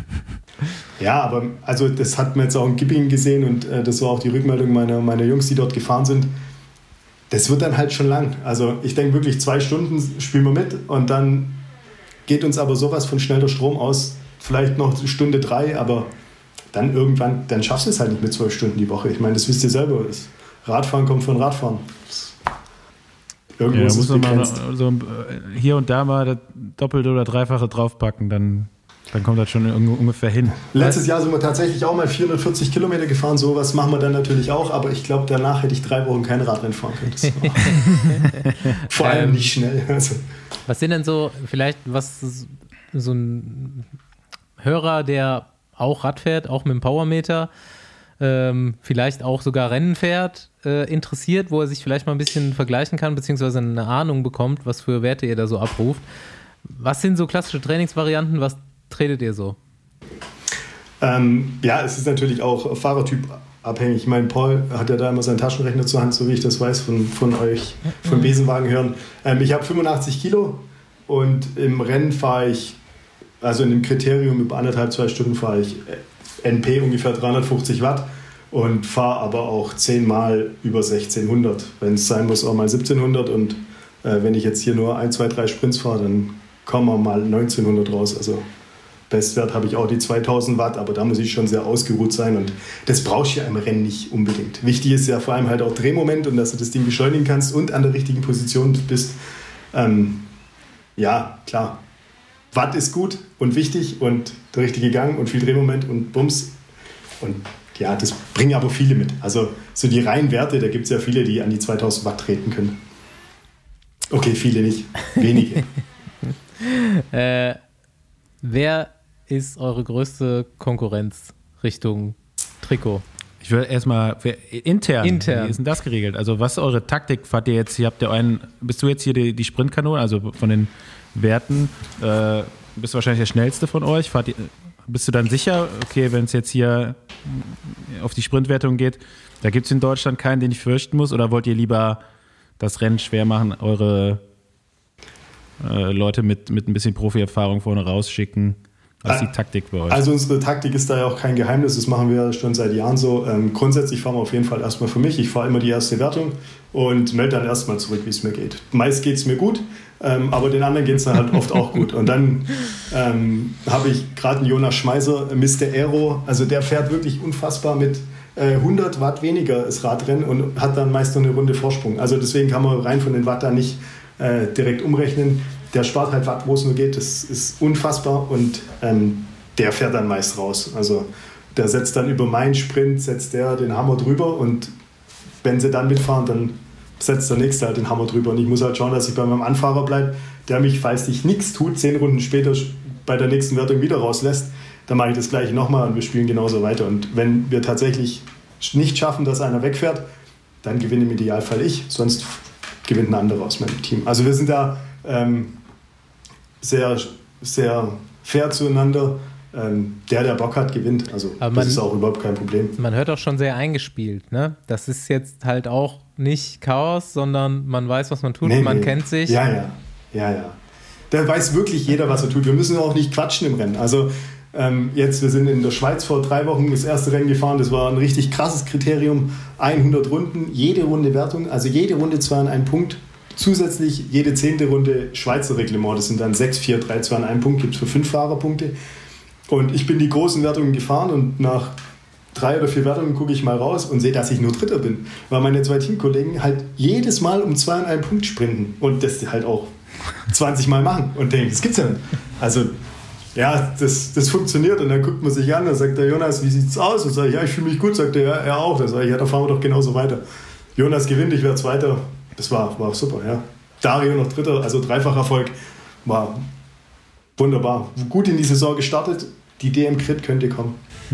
Ja, aber also das hat man jetzt auch in Gippingen gesehen und äh, das war auch die Rückmeldung meiner, meiner Jungs, die dort gefahren sind. Das wird dann halt schon lang. Also ich denke wirklich, zwei Stunden spielen wir mit und dann geht uns aber sowas von schnell der Strom aus. Vielleicht noch Stunde drei, aber dann irgendwann, dann schaffst du es halt nicht mit zwölf Stunden die Woche. Ich meine, das wisst ihr selber. Das Radfahren kommt von Radfahren. Irgendwo ja, ist muss es man begrenzt. mal so hier und da mal das Doppelte oder Dreifache draufpacken, dann, dann kommt das schon ungefähr hin. Letztes Jahr sind wir tatsächlich auch mal vierhundertvierzig Kilometer gefahren. Sowas machen wir dann natürlich auch, aber ich glaube, danach hätte ich drei Wochen kein Radrennen fahren können. Das war vor allem Ähm, nicht schnell. Also. Was sind denn so, vielleicht, was so ein Hörer, der auch Rad fährt, auch mit dem Powermeter, ähm, vielleicht auch sogar Rennen fährt, äh, interessiert, wo er sich vielleicht mal ein bisschen vergleichen kann, beziehungsweise eine Ahnung bekommt, was für Werte ihr da so abruft. Was sind so klassische Trainingsvarianten? Was tretet ihr so? Ähm, ja, es ist natürlich auch Fahrertyp abhängig. Ich meine, Paul hat ja da immer seinen Taschenrechner zur Hand, so wie ich das weiß von, von euch, von Besenwagen hören. Ähm, ich habe fünfundachtzig Kilo und im Rennen fahre ich, also in dem Kriterium über anderthalb, zwei Stunden fahre ich N P ungefähr dreihundertfünfzig Watt und fahre aber auch zehnmal über sechzehnhundert. Wenn es sein muss, auch mal siebzehnhundert und äh, wenn ich jetzt hier nur ein, zwei, drei Sprints fahre, dann kommen wir mal neunzehnhundert raus. Also Bestwert habe ich auch die zweitausend Watt, aber da muss ich schon sehr ausgeruht sein und das brauchst du ja im Rennen nicht unbedingt. Wichtig ist ja vor allem halt auch Drehmoment und dass du das Ding beschleunigen kannst und an der richtigen Position bist. Ähm, ja, klar. Watt ist gut und wichtig und der richtige Gang und viel Drehmoment und Bums. Und ja, das bringen aber viele mit. Also so die reinen Werte, da gibt es ja viele, die an die zweitausend Watt treten können. Okay, viele nicht, wenige. äh, wer ist eure größte Konkurrenz Richtung Trikot? Ich würde erstmal intern, intern, wie ist denn das geregelt? Also was ist eure Taktik? Fahrt ihr jetzt, hier habt ihr einen, bist du jetzt hier die, die Sprintkanone, also von den Werten, äh, bist du wahrscheinlich der schnellste von euch? Fahrt ihr, bist du dann sicher, okay, wenn es jetzt hier auf die Sprintwertung geht, da gibt es in Deutschland keinen, den ich fürchten muss, oder wollt ihr lieber das Rennen schwer machen, eure äh, Leute mit, mit ein bisschen Profi-Erfahrung vorne rausschicken? Was ist die Taktik bei euch? Also unsere Taktik ist da ja auch kein Geheimnis, das machen wir schon seit Jahren so. Ähm, grundsätzlich fahren wir auf jeden Fall erstmal für mich. Ich fahre immer die erste Wertung und melde dann erstmal zurück, wie es mir geht. Meist geht es mir gut, ähm, aber den anderen geht es dann halt oft auch gut. Und dann ähm, habe ich gerade einen Jonas Schmeiser, Mister Aero, also der fährt wirklich unfassbar mit äh, hundert Watt weniger das Radrennen und hat dann meist noch eine Runde Vorsprung. Also deswegen kann man rein von den Watt da nicht äh, direkt umrechnen. Der spart halt Watt, wo es nur geht. Das ist unfassbar und ähm, der fährt dann meist raus. Also der setzt dann über meinen Sprint, setzt der den Hammer drüber und wenn sie dann mitfahren, dann setzt der Nächste halt den Hammer drüber. Und ich muss halt schauen, dass ich bei meinem Anfahrer bleibe, der mich, falls sich nichts tut, zehn Runden später bei der nächsten Wertung wieder rauslässt. Dann mache ich das gleiche nochmal und wir spielen genauso weiter. Und wenn wir tatsächlich nicht schaffen, dass einer wegfährt, dann gewinne im Idealfall ich, sonst gewinnt ein anderer aus meinem Team. Also wir sind da ähm, sehr, sehr fair zueinander. Ähm, der, der Bock hat, gewinnt. Also Aber das man, ist auch überhaupt kein Problem. Man hört auch schon sehr eingespielt, ne? Das ist jetzt halt auch nicht Chaos, sondern man weiß, was man tut, Nee, man nee. kennt sich. Ja, ja, ja, ja. da weiß wirklich jeder, was er tut. Wir müssen auch nicht quatschen im Rennen. Also ähm, jetzt, wir sind in der Schweiz vor drei Wochen das erste Rennen gefahren. Das war ein richtig krasses Kriterium. hundert Runden, jede Runde Wertung, also jede Runde zwei an einem Punkt. Zusätzlich jede zehnte Runde Schweizer Reglement. Das sind dann sechs, vier, drei, zwei an einem Punkt. Gibt es für fünf Fahrerpunkte. Und ich bin die großen Wertungen gefahren und nach drei oder vier Wertungen gucke ich mal raus und sehe, dass ich nur Dritter bin. Weil meine zwei Teamkollegen halt jedes Mal um zwei an einem Punkt sprinten und das halt auch zwanzig Mal machen und denken, das gibt's ja nicht. Also, ja, das, das funktioniert und dann guckt man sich an, dann sagt der Jonas, wie sieht's aus? Und sage ich, ja, ich fühle mich gut, sagt er, ja, er auch. Dann sage ich, ja, da fahren wir doch genauso weiter. Jonas gewinnt, ich werde Zweiter. Das war, war super, ja. Dario noch Dritter, also Dreifacherfolg, war wunderbar. Gut in die Saison gestartet, die D M-Crit könnte kommen.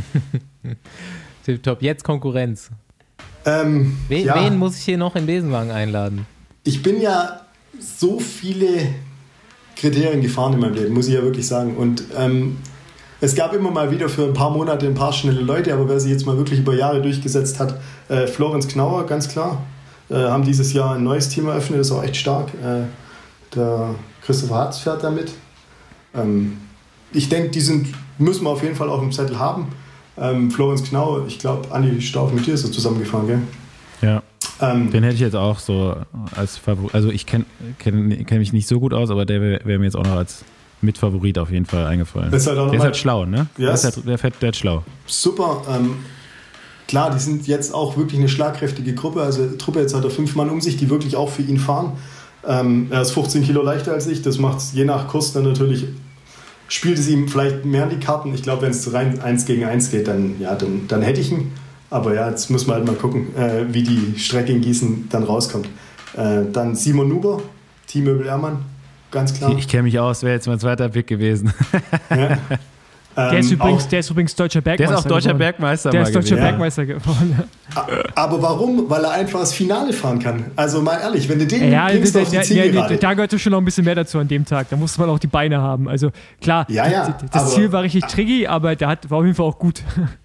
Tipptopp, jetzt Konkurrenz. Ähm, wen, ja. wen muss ich hier noch in Besenwagen einladen? Ich bin ja so viele Kriterien gefahren in meinem Leben, muss ich ja wirklich sagen. Und ähm, es gab immer mal wieder für ein paar Monate ein paar schnelle Leute, aber wer sich jetzt mal wirklich über Jahre durchgesetzt hat, äh, Florenz Knauer, ganz klar. Äh, haben dieses Jahr ein neues Team eröffnet, das ist auch echt stark. Äh, der Christopher Hatz fährt damit. Ähm, ich denke, die sind, müssen wir auf jeden Fall auf dem Zettel haben. Ähm, Florenz Knauer, ich glaube, Andi Stauf mit dir ist er zusammengefahren, gell? Ja. Ähm, Den hätte ich jetzt auch so als Favorit. Also ich kenne kenn, kenn mich nicht so gut aus, aber der wäre wär mir jetzt auch noch als Mitfavorit auf jeden Fall eingefallen. Ist halt auch der ist halt schlau, ne? Yes. Der, ist halt, der, fährt, der ist schlau. Super. Ähm, klar, die sind jetzt auch wirklich eine schlagkräftige Gruppe. Also Truppe, jetzt hat er fünf Mann um sich, die wirklich auch für ihn fahren. Ähm, er ist fünfzehn Kilo leichter als ich. Das macht es je nach Kurs dann natürlich, spielt es ihm vielleicht mehr in die Karten. Ich glaube, wenn es rein eins gegen eins geht, dann, ja, dann, dann hätte ich ihn. Aber ja, jetzt müssen wir halt mal gucken, äh, wie die Strecke in Gießen dann rauskommt. Äh, dann Simon Nuber, Team Möbel Ehrmann, ganz klar. Ich, ich kenne mich aus, wäre jetzt mein zweiter Pick gewesen. Ja. Der ist, ähm, übrigens, auch, der ist übrigens deutscher Bergmeister. Der ist auch deutscher geworden. Bergmeister Der mal ist deutscher gewesen. Bergmeister geworden. aber warum? Weil er einfach das Finale fahren kann. Also mal ehrlich, wenn du den Ja, bringst der, auf die der, Zielgerade. der, der, da gehörte schon noch ein bisschen mehr dazu an dem Tag. Da musste man auch die Beine haben. Also klar, Ja, ja, die, das aber- Ziel war richtig tricky, aber der hat, war auf jeden Fall auch gut.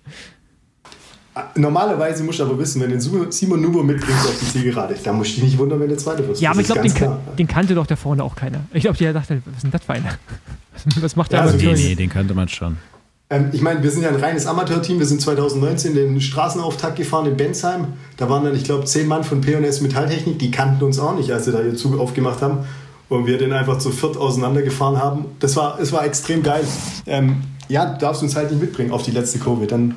Normalerweise musst du aber wissen, wenn du den Simon Nuber mitbringst auf die Zielgerade, dann musst du dich nicht wundern, wenn der Zweite wirst. Ja, Das aber ich ist glaube, den, ganz kan- klar. den kannte doch da vorne auch keiner. Ich glaube, der dachte, was ist denn das für einer? Was macht der Ja, also Amateur? Nee, nee, den kannte man schon. Ähm, ich meine, wir sind ja ein reines Amateurteam. Wir sind zwanzig neunzehn den Straßenauftakt gefahren in Bensheim. Da waren dann, ich glaube, zehn Mann von P und S Metalltechnik. Die kannten uns auch nicht, als sie da ihr Zug aufgemacht haben. Und wir den einfach zu viert auseinandergefahren haben. Das war, es war extrem geil. Ähm, ja, du darfst uns halt nicht mitbringen auf die letzte Kurve. Dann,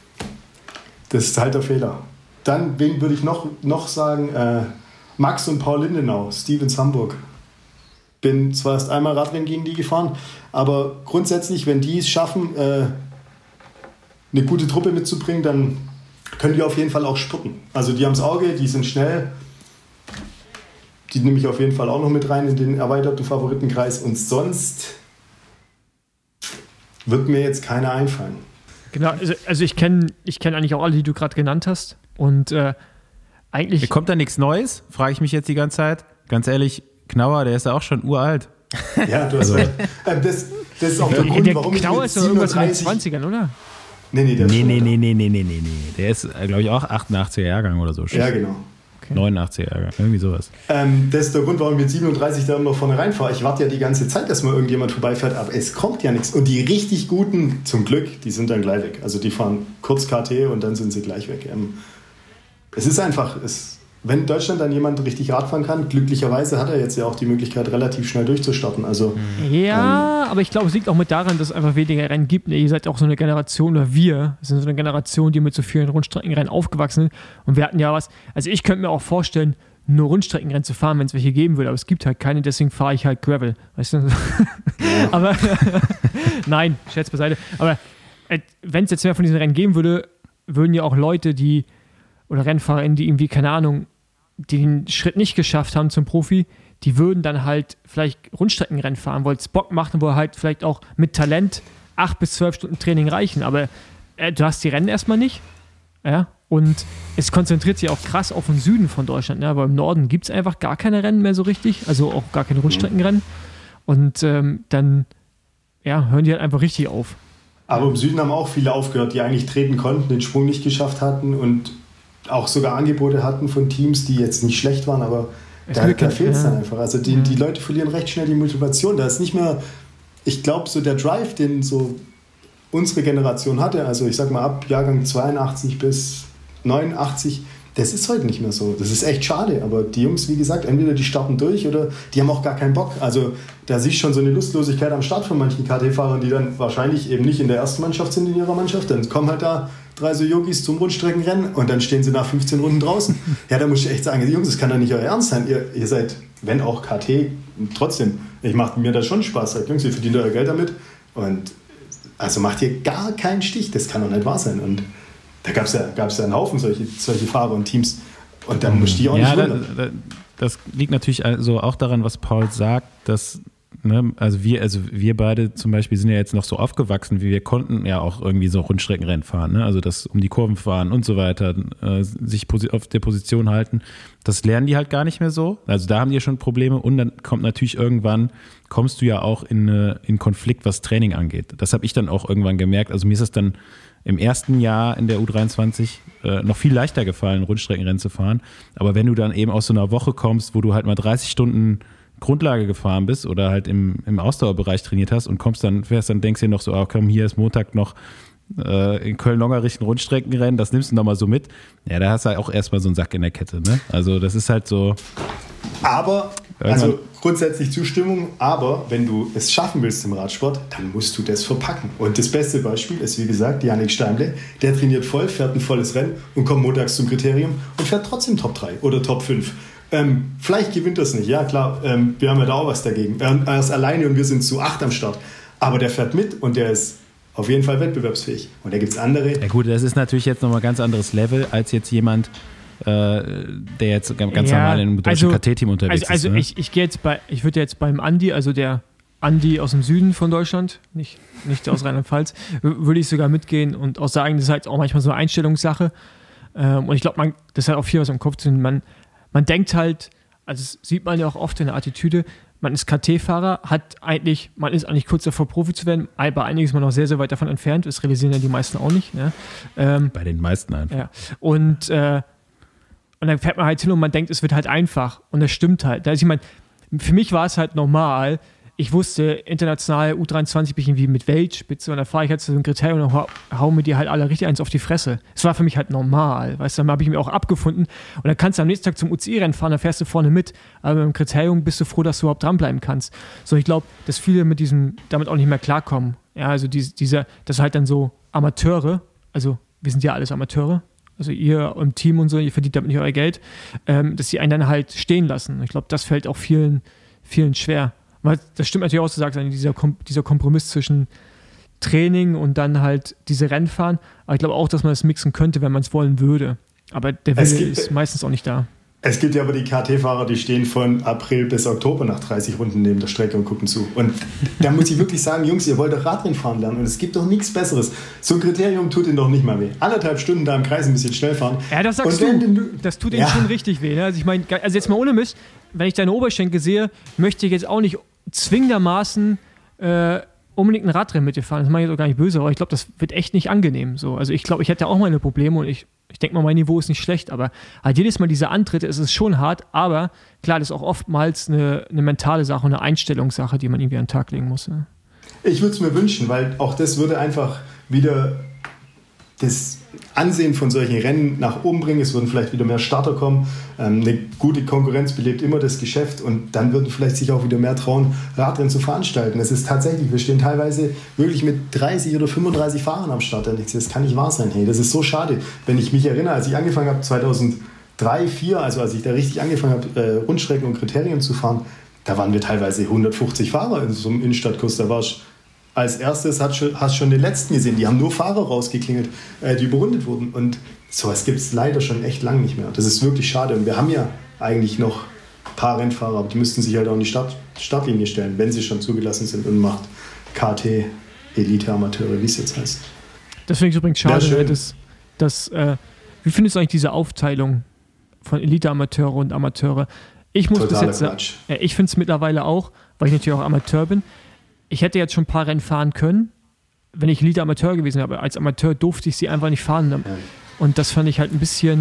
das ist halt der Fehler. Dann, wen würde ich noch, noch sagen? Äh, Max und Paul Lindenau, Stevens Hamburg. Bin zwar erst einmal Radrennen gegen die gefahren, aber grundsätzlich, wenn die es schaffen, äh, eine gute Truppe mitzubringen, dann können die auf jeden Fall auch spurten. Also die haben das Auge, die sind schnell. Die nehme ich auf jeden Fall auch noch mit rein in den erweiterten Favoritenkreis. Und sonst wird mir jetzt keiner einfallen. Genau, also, also ich kenne ich kenn eigentlich auch alle, die du gerade genannt hast. Und äh, eigentlich. Kommt da nichts Neues? Frage ich mich jetzt die ganze Zeit. Ganz ehrlich, Knauer, der ist ja auch schon uralt. Ja, du hast recht. Ähm, das, das ist auch der der, Grund, der warum ich Knauer mit ist doch irgendwas in den siebenunddreißig zwanzigern, oder? Nee, nee, der ist Nee, schon nee, älter. nee, nee, nee, nee, nee, nee. Der ist, glaube ich, auch achtundachtziger Jahrgang oder so. Ja, genau. neunundachtziger Jahrgang, irgendwie sowas. Ähm, das ist der Grund, warum ich mit siebenunddreißig da immer noch vorne reinfahre. Ich warte ja die ganze Zeit, dass mal irgendjemand vorbeifährt, aber es kommt ja nichts. Und die richtig guten, zum Glück, die sind dann gleich weg. Also die fahren kurz K T und dann sind sie gleich weg. Ähm, es ist einfach, es, wenn in Deutschland dann jemand richtig Radfahren kann, glücklicherweise hat er jetzt ja auch die Möglichkeit, relativ schnell durchzustarten. Also, Ja, aber ich glaube, es liegt auch mit daran, dass es einfach weniger Rennen gibt. Ihr seid auch so eine Generation, oder wir sind so eine Generation, die mit so vielen Rundstreckenrennen aufgewachsen sind. Und wir hatten ja was, also ich könnte mir auch vorstellen, nur Rundstreckenrennen zu fahren, wenn es welche geben würde, aber es gibt halt keine, deswegen fahre ich halt Gravel. Weißt du? aber nein, Scherz beiseite. Aber äh, wenn es jetzt mehr von diesen Rennen geben würde, würden ja auch Leute, die, oder RennfahrerInnen, die irgendwie, keine Ahnung, die den Schritt nicht geschafft haben zum Profi, die würden dann halt vielleicht Rundstreckenrennen fahren, weil es Bock macht und wo halt vielleicht auch mit Talent acht bis zwölf Stunden Training reichen. Aber äh, du hast die Rennen erstmal nicht. Ja, und es konzentriert sich auch krass auf den Süden von Deutschland. Ne? Aber im Norden gibt es einfach gar keine Rennen mehr so richtig, also auch gar keine Rundstreckenrennen. Und ähm, dann ja, hören die halt einfach richtig auf. aber im Süden haben auch viele aufgehört, die eigentlich treten konnten, den Schwung nicht geschafft hatten und auch sogar Angebote hatten von Teams, die jetzt nicht schlecht waren, aber Da, da fehlt es dann einfach. Also die, die Leute verlieren recht schnell die Motivation. Da ist nicht mehr, ich glaube, so der Drive, den so unsere Generation hatte, also ich sag mal ab Jahrgang zweiundachtzig bis neunundachtzig, das ist heute nicht mehr so. Das ist echt schade, aber die Jungs, wie gesagt, entweder die starten durch oder die haben auch gar keinen Bock. Also da siehst du schon so eine Lustlosigkeit am Start von manchen K T-Fahrern, die dann wahrscheinlich eben nicht in der ersten Mannschaft sind in ihrer Mannschaft. Dann kommen halt da drei so Yogis zum Rundstreckenrennen und dann stehen sie nach fünfzehn Runden draußen. Ja, da muss ich echt sagen, Jungs, das kann doch nicht euer Ernst sein. Ihr, ihr seid, wenn auch K T, trotzdem, ich mache mir da schon Spaß. Sagt, Jungs, ihr verdient euer Geld damit und also macht ihr gar keinen Stich. Das kann doch nicht wahr sein. Und da gab es ja, gab's ja einen Haufen solche, solche Fahrer und Teams. Und dann musst du die auch ja, nicht wundern. Da, da, das liegt natürlich also auch daran, was Paul sagt, dass, ne, also wir, also wir beide zum Beispiel sind ja jetzt noch so aufgewachsen, wie wir konnten ja auch irgendwie so Rundstreckenrennen fahren, ne? Also das um die Kurven fahren und so weiter, äh, sich auf der Position halten. Das lernen die halt gar nicht mehr so. Also da haben die ja schon Probleme und dann kommt natürlich irgendwann, kommst du ja auch in, eine, in Konflikt, was Training angeht. Das habe ich dann auch irgendwann gemerkt. Also mir ist es dann im ersten Jahr in der U dreiundzwanzig äh, noch viel leichter gefallen, Rundstreckenrennen zu fahren. Aber wenn du dann eben aus so einer Woche kommst, wo du halt mal dreißig Stunden Grundlage gefahren bist oder halt im, im Ausdauerbereich trainiert hast und kommst dann, fährst dann, denkst dir noch so, oh, komm, hier ist Montag noch äh, in Köln-Longerich ein Rundstreckenrennen, das nimmst du noch mal so mit. Ja, da hast du halt auch erstmal so einen Sack in der Kette, ne? Also das ist halt so. Aber, also grundsätzlich Zustimmung, aber wenn du es schaffen willst im Radsport, dann musst du das verpacken. Und das beste Beispiel ist, wie gesagt, Yannick Steimle, der trainiert voll, fährt ein volles Rennen und kommt montags zum Kriterium und fährt trotzdem Top drei oder Top fünf. Ähm, vielleicht gewinnt das nicht, ja klar, ähm, wir haben ja da auch was dagegen. Er ist alleine und wir sind zu acht am Start. Aber der fährt mit und der ist auf jeden Fall wettbewerbsfähig. Und da gibt es andere. Ja gut, das ist natürlich jetzt nochmal ein ganz anderes Level als jetzt jemand, der jetzt ganz ja, normal im deutschen also, K T-Team unterwegs also, also ist. Also ne? ich, ich gehe jetzt bei, ich würde jetzt beim Andi, also der Andi aus dem Süden von Deutschland, nicht, nicht aus Rheinland-Pfalz, würde ich sogar mitgehen und auch sagen, das ist halt auch manchmal so eine Einstellungssache. Und ich glaube, man, das hat auch viel was im Kopf zu tun. Man, man denkt halt, also das sieht man ja auch oft in der Attitüde, man ist K T-Fahrer, hat eigentlich, man ist eigentlich kurz davor, Profi zu werden. Bei einigen ist man noch sehr, sehr weit davon entfernt. Das realisieren ja die meisten auch nicht. Ne? Ähm, bei den meisten einfach. Ja. Und äh, Und dann fährt man halt hin und man denkt, es wird halt einfach. Und das stimmt halt. Also ich meine, für mich war es halt normal. Ich wusste, international U dreiundzwanzig bin ich irgendwie mit Weltspitze und da fahre ich halt zu so einem Kriterium und hau, hau mir die halt alle richtig eins auf die Fresse. Es war für mich halt normal. Weißt du, dann habe ich mir auch abgefunden. Und dann kannst du am nächsten Tag zum U C I-Rennen fahren, da fährst du vorne mit. Aber beim Kriterium bist du froh, dass du überhaupt dranbleiben kannst. So, ich glaube, dass viele mit diesem, damit auch nicht mehr klarkommen. Ja, also diese, dieser, das halt dann so Amateure, also wir sind ja alles Amateure, also ihr im Team und so, ihr verdient damit nicht euer Geld, ähm, dass sie einen dann halt stehen lassen. Ich glaube, das fällt auch vielen, vielen schwer. Weil das stimmt natürlich auch, so sagst du, dieser, Kom- dieser Kompromiss zwischen Training und dann halt diese Rennfahren. Aber ich glaube auch, dass man das mixen könnte, wenn man es wollen würde. Aber der Wille gibt, ist meistens auch nicht da. Es gibt ja aber die K T-Fahrer, die stehen von April bis Oktober nach dreißig Runden neben der Strecke und gucken zu. Und da muss ich wirklich sagen, Jungs, ihr wollt doch Radrennen fahren lernen und es gibt doch nichts Besseres. So ein Kriterium tut ihnen doch nicht mal weh. Anderthalb Stunden da im Kreis ein bisschen schnell fahren. Ja, das sagst du. du. Das tut ihnen ja schon richtig weh. Ne? Also ich meine, also jetzt mal ohne Mist, wenn ich deine Oberschenkel sehe, möchte ich jetzt auch nicht zwingendermaßen äh, unbedingt ein Radrennen mit dir fahren. Das mache ich jetzt auch gar nicht böse, aber ich glaube, das wird echt nicht angenehm. So. Also ich glaube, ich hätte auch meine Probleme und ich Ich denke mal, mein Niveau ist nicht schlecht, aber halt jedes Mal diese Antritte, es ist schon hart, aber klar, das ist auch oftmals eine, eine mentale Sache, eine Einstellungssache, die man irgendwie an den Tag legen muss. Ja. Ich würde es mir wünschen, weil auch das würde einfach wieder das Ansehen von solchen Rennen nach oben bringen. Es würden vielleicht wieder mehr Starter kommen. Ähm, eine gute Konkurrenz belebt immer das Geschäft und dann würden vielleicht sich auch wieder mehr trauen, Radrennen zu veranstalten. Es ist tatsächlich, wir stehen teilweise wirklich mit dreißig oder fünfunddreißig Fahrern am Start. Das kann nicht wahr sein. Hey, das ist so schade. Wenn ich mich erinnere, als ich angefangen habe, zweitausenddrei, zweitausendvier, also als ich da richtig angefangen habe, äh, Rundstrecken und Kriterien zu fahren, da waren wir teilweise hundertfünfzig Fahrer in so einem Innenstadtkurs. Da war ich als erstes, hast du schon, schon den letzten gesehen. Die haben nur Fahrer rausgeklingelt, äh, die überrundet wurden. Und sowas gibt es leider schon echt lang nicht mehr. Das ist wirklich schade. Und wir haben ja eigentlich noch ein paar Rennfahrer, aber die müssten sich halt auch in die Start, Startlinie stellen, wenn sie schon zugelassen sind und macht K T, Elite-Amateure, wie es jetzt heißt. Das finde ich übrigens schade. Ja, dass, dass, äh, wie findest du eigentlich diese Aufteilung von Elite-Amateure und Amateure? Ich muss bis jetzt sagen, äh, ich finde es mittlerweile auch, weil ich natürlich auch Amateur bin. Ich hätte jetzt schon ein paar Rennen fahren können, wenn ich Elite-Amateur gewesen wäre, aber als Amateur durfte ich sie einfach nicht fahren. Und das fand ich halt ein bisschen,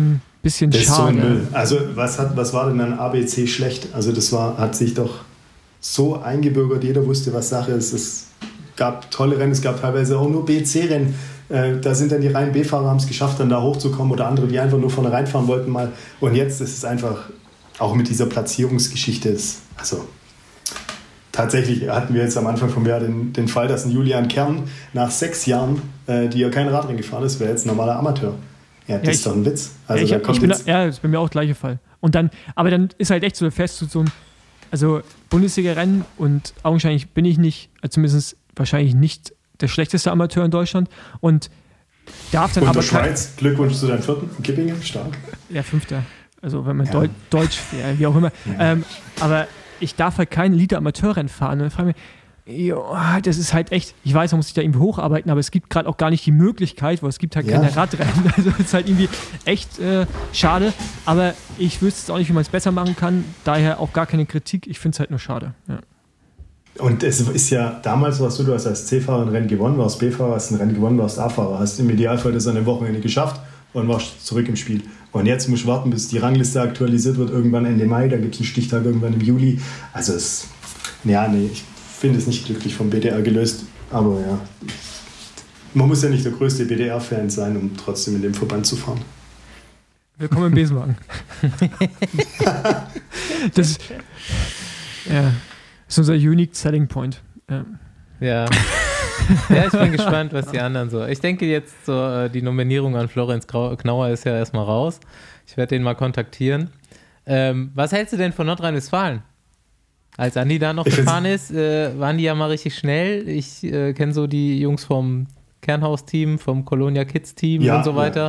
bisschen Das ist so ein schade. Müll. Also was, hat, was war denn an A B C schlecht? Also das war, hat sich doch so eingebürgert, jeder wusste, was Sache ist. Es gab tolle Rennen, es gab teilweise auch nur B C-Rennen. Äh, da sind dann die reinen B-Fahrer, haben es geschafft, dann da hochzukommen oder andere, die einfach nur vorne reinfahren wollten mal. Und jetzt ist es einfach, auch mit dieser Platzierungsgeschichte, ist, also tatsächlich hatten wir jetzt am Anfang vom Jahr den, den Fall, dass ein Julian Kern nach sechs Jahren, äh, die er kein Radrennen gefahren ist, wäre jetzt ein normaler Amateur. Ja, das Ja, ist ich- doch ein Witz. Also ja, ich, da ich kommt bin, jetzt, ja, das ist bei mir auch der gleiche Fall. Und dann, aber dann ist halt echt so, du fährst du so ein, also Bundesliga-Rennen und augenscheinlich bin ich nicht, also zumindest wahrscheinlich nicht der schlechteste Amateur in Deutschland und darf dann und aber der Schweiz, Glückwunsch zu deinem vierten, Gippingen, stark. Ja, Fünfter. Also wenn man Ja. Deu Deutsch, ja, wie auch immer. Ähm, aber ich darf halt kein Liter Amateurrennen fahren. Und dann frage ich mich, jo, das ist halt echt, ich weiß, man muss sich da irgendwie hocharbeiten, aber es gibt gerade auch gar nicht die Möglichkeit, weil es gibt halt Ja. keine Radrennen. Also es ist halt irgendwie echt äh, schade. Aber ich wüsste jetzt auch nicht, wie man es besser machen kann. Daher auch gar keine Kritik. Ich finde es halt nur schade. Ja. Und es ist ja, damals warst du, du hast als C-Fahrer ein Rennen gewonnen, warst B-Fahrer, hast ein Rennen gewonnen, warst A-Fahrer, hast im Idealfall das an einem Wochenende geschafft und warst zurück im Spiel. Und jetzt musst du warten, bis die Rangliste aktualisiert wird, irgendwann Ende Mai, da gibt es einen Stichtag irgendwann im Juli. Also es, ja, nee, ich finde es nicht glücklich vom B D R gelöst, aber ja, man muss ja nicht der größte B D R-Fan sein, um trotzdem in dem Verband zu fahren. Willkommen im Besenwagen. das ist, ja, das ist unser unique selling point. Ja. Ja. Ja, ich bin gespannt, was die anderen so. Ich denke jetzt so, äh, die Nominierung an Florenz Grau- Knauer ist ja erstmal raus. Ich werde den mal kontaktieren. Ähm, was hältst du denn von Nordrhein-Westfalen? Als Andi da noch Ich find's- gefahren ist, äh, waren die ja mal richtig schnell. Ich äh, kenne so die Jungs vom Kernhaus-Team, vom Colonia Kids-Team Ja, und so weiter.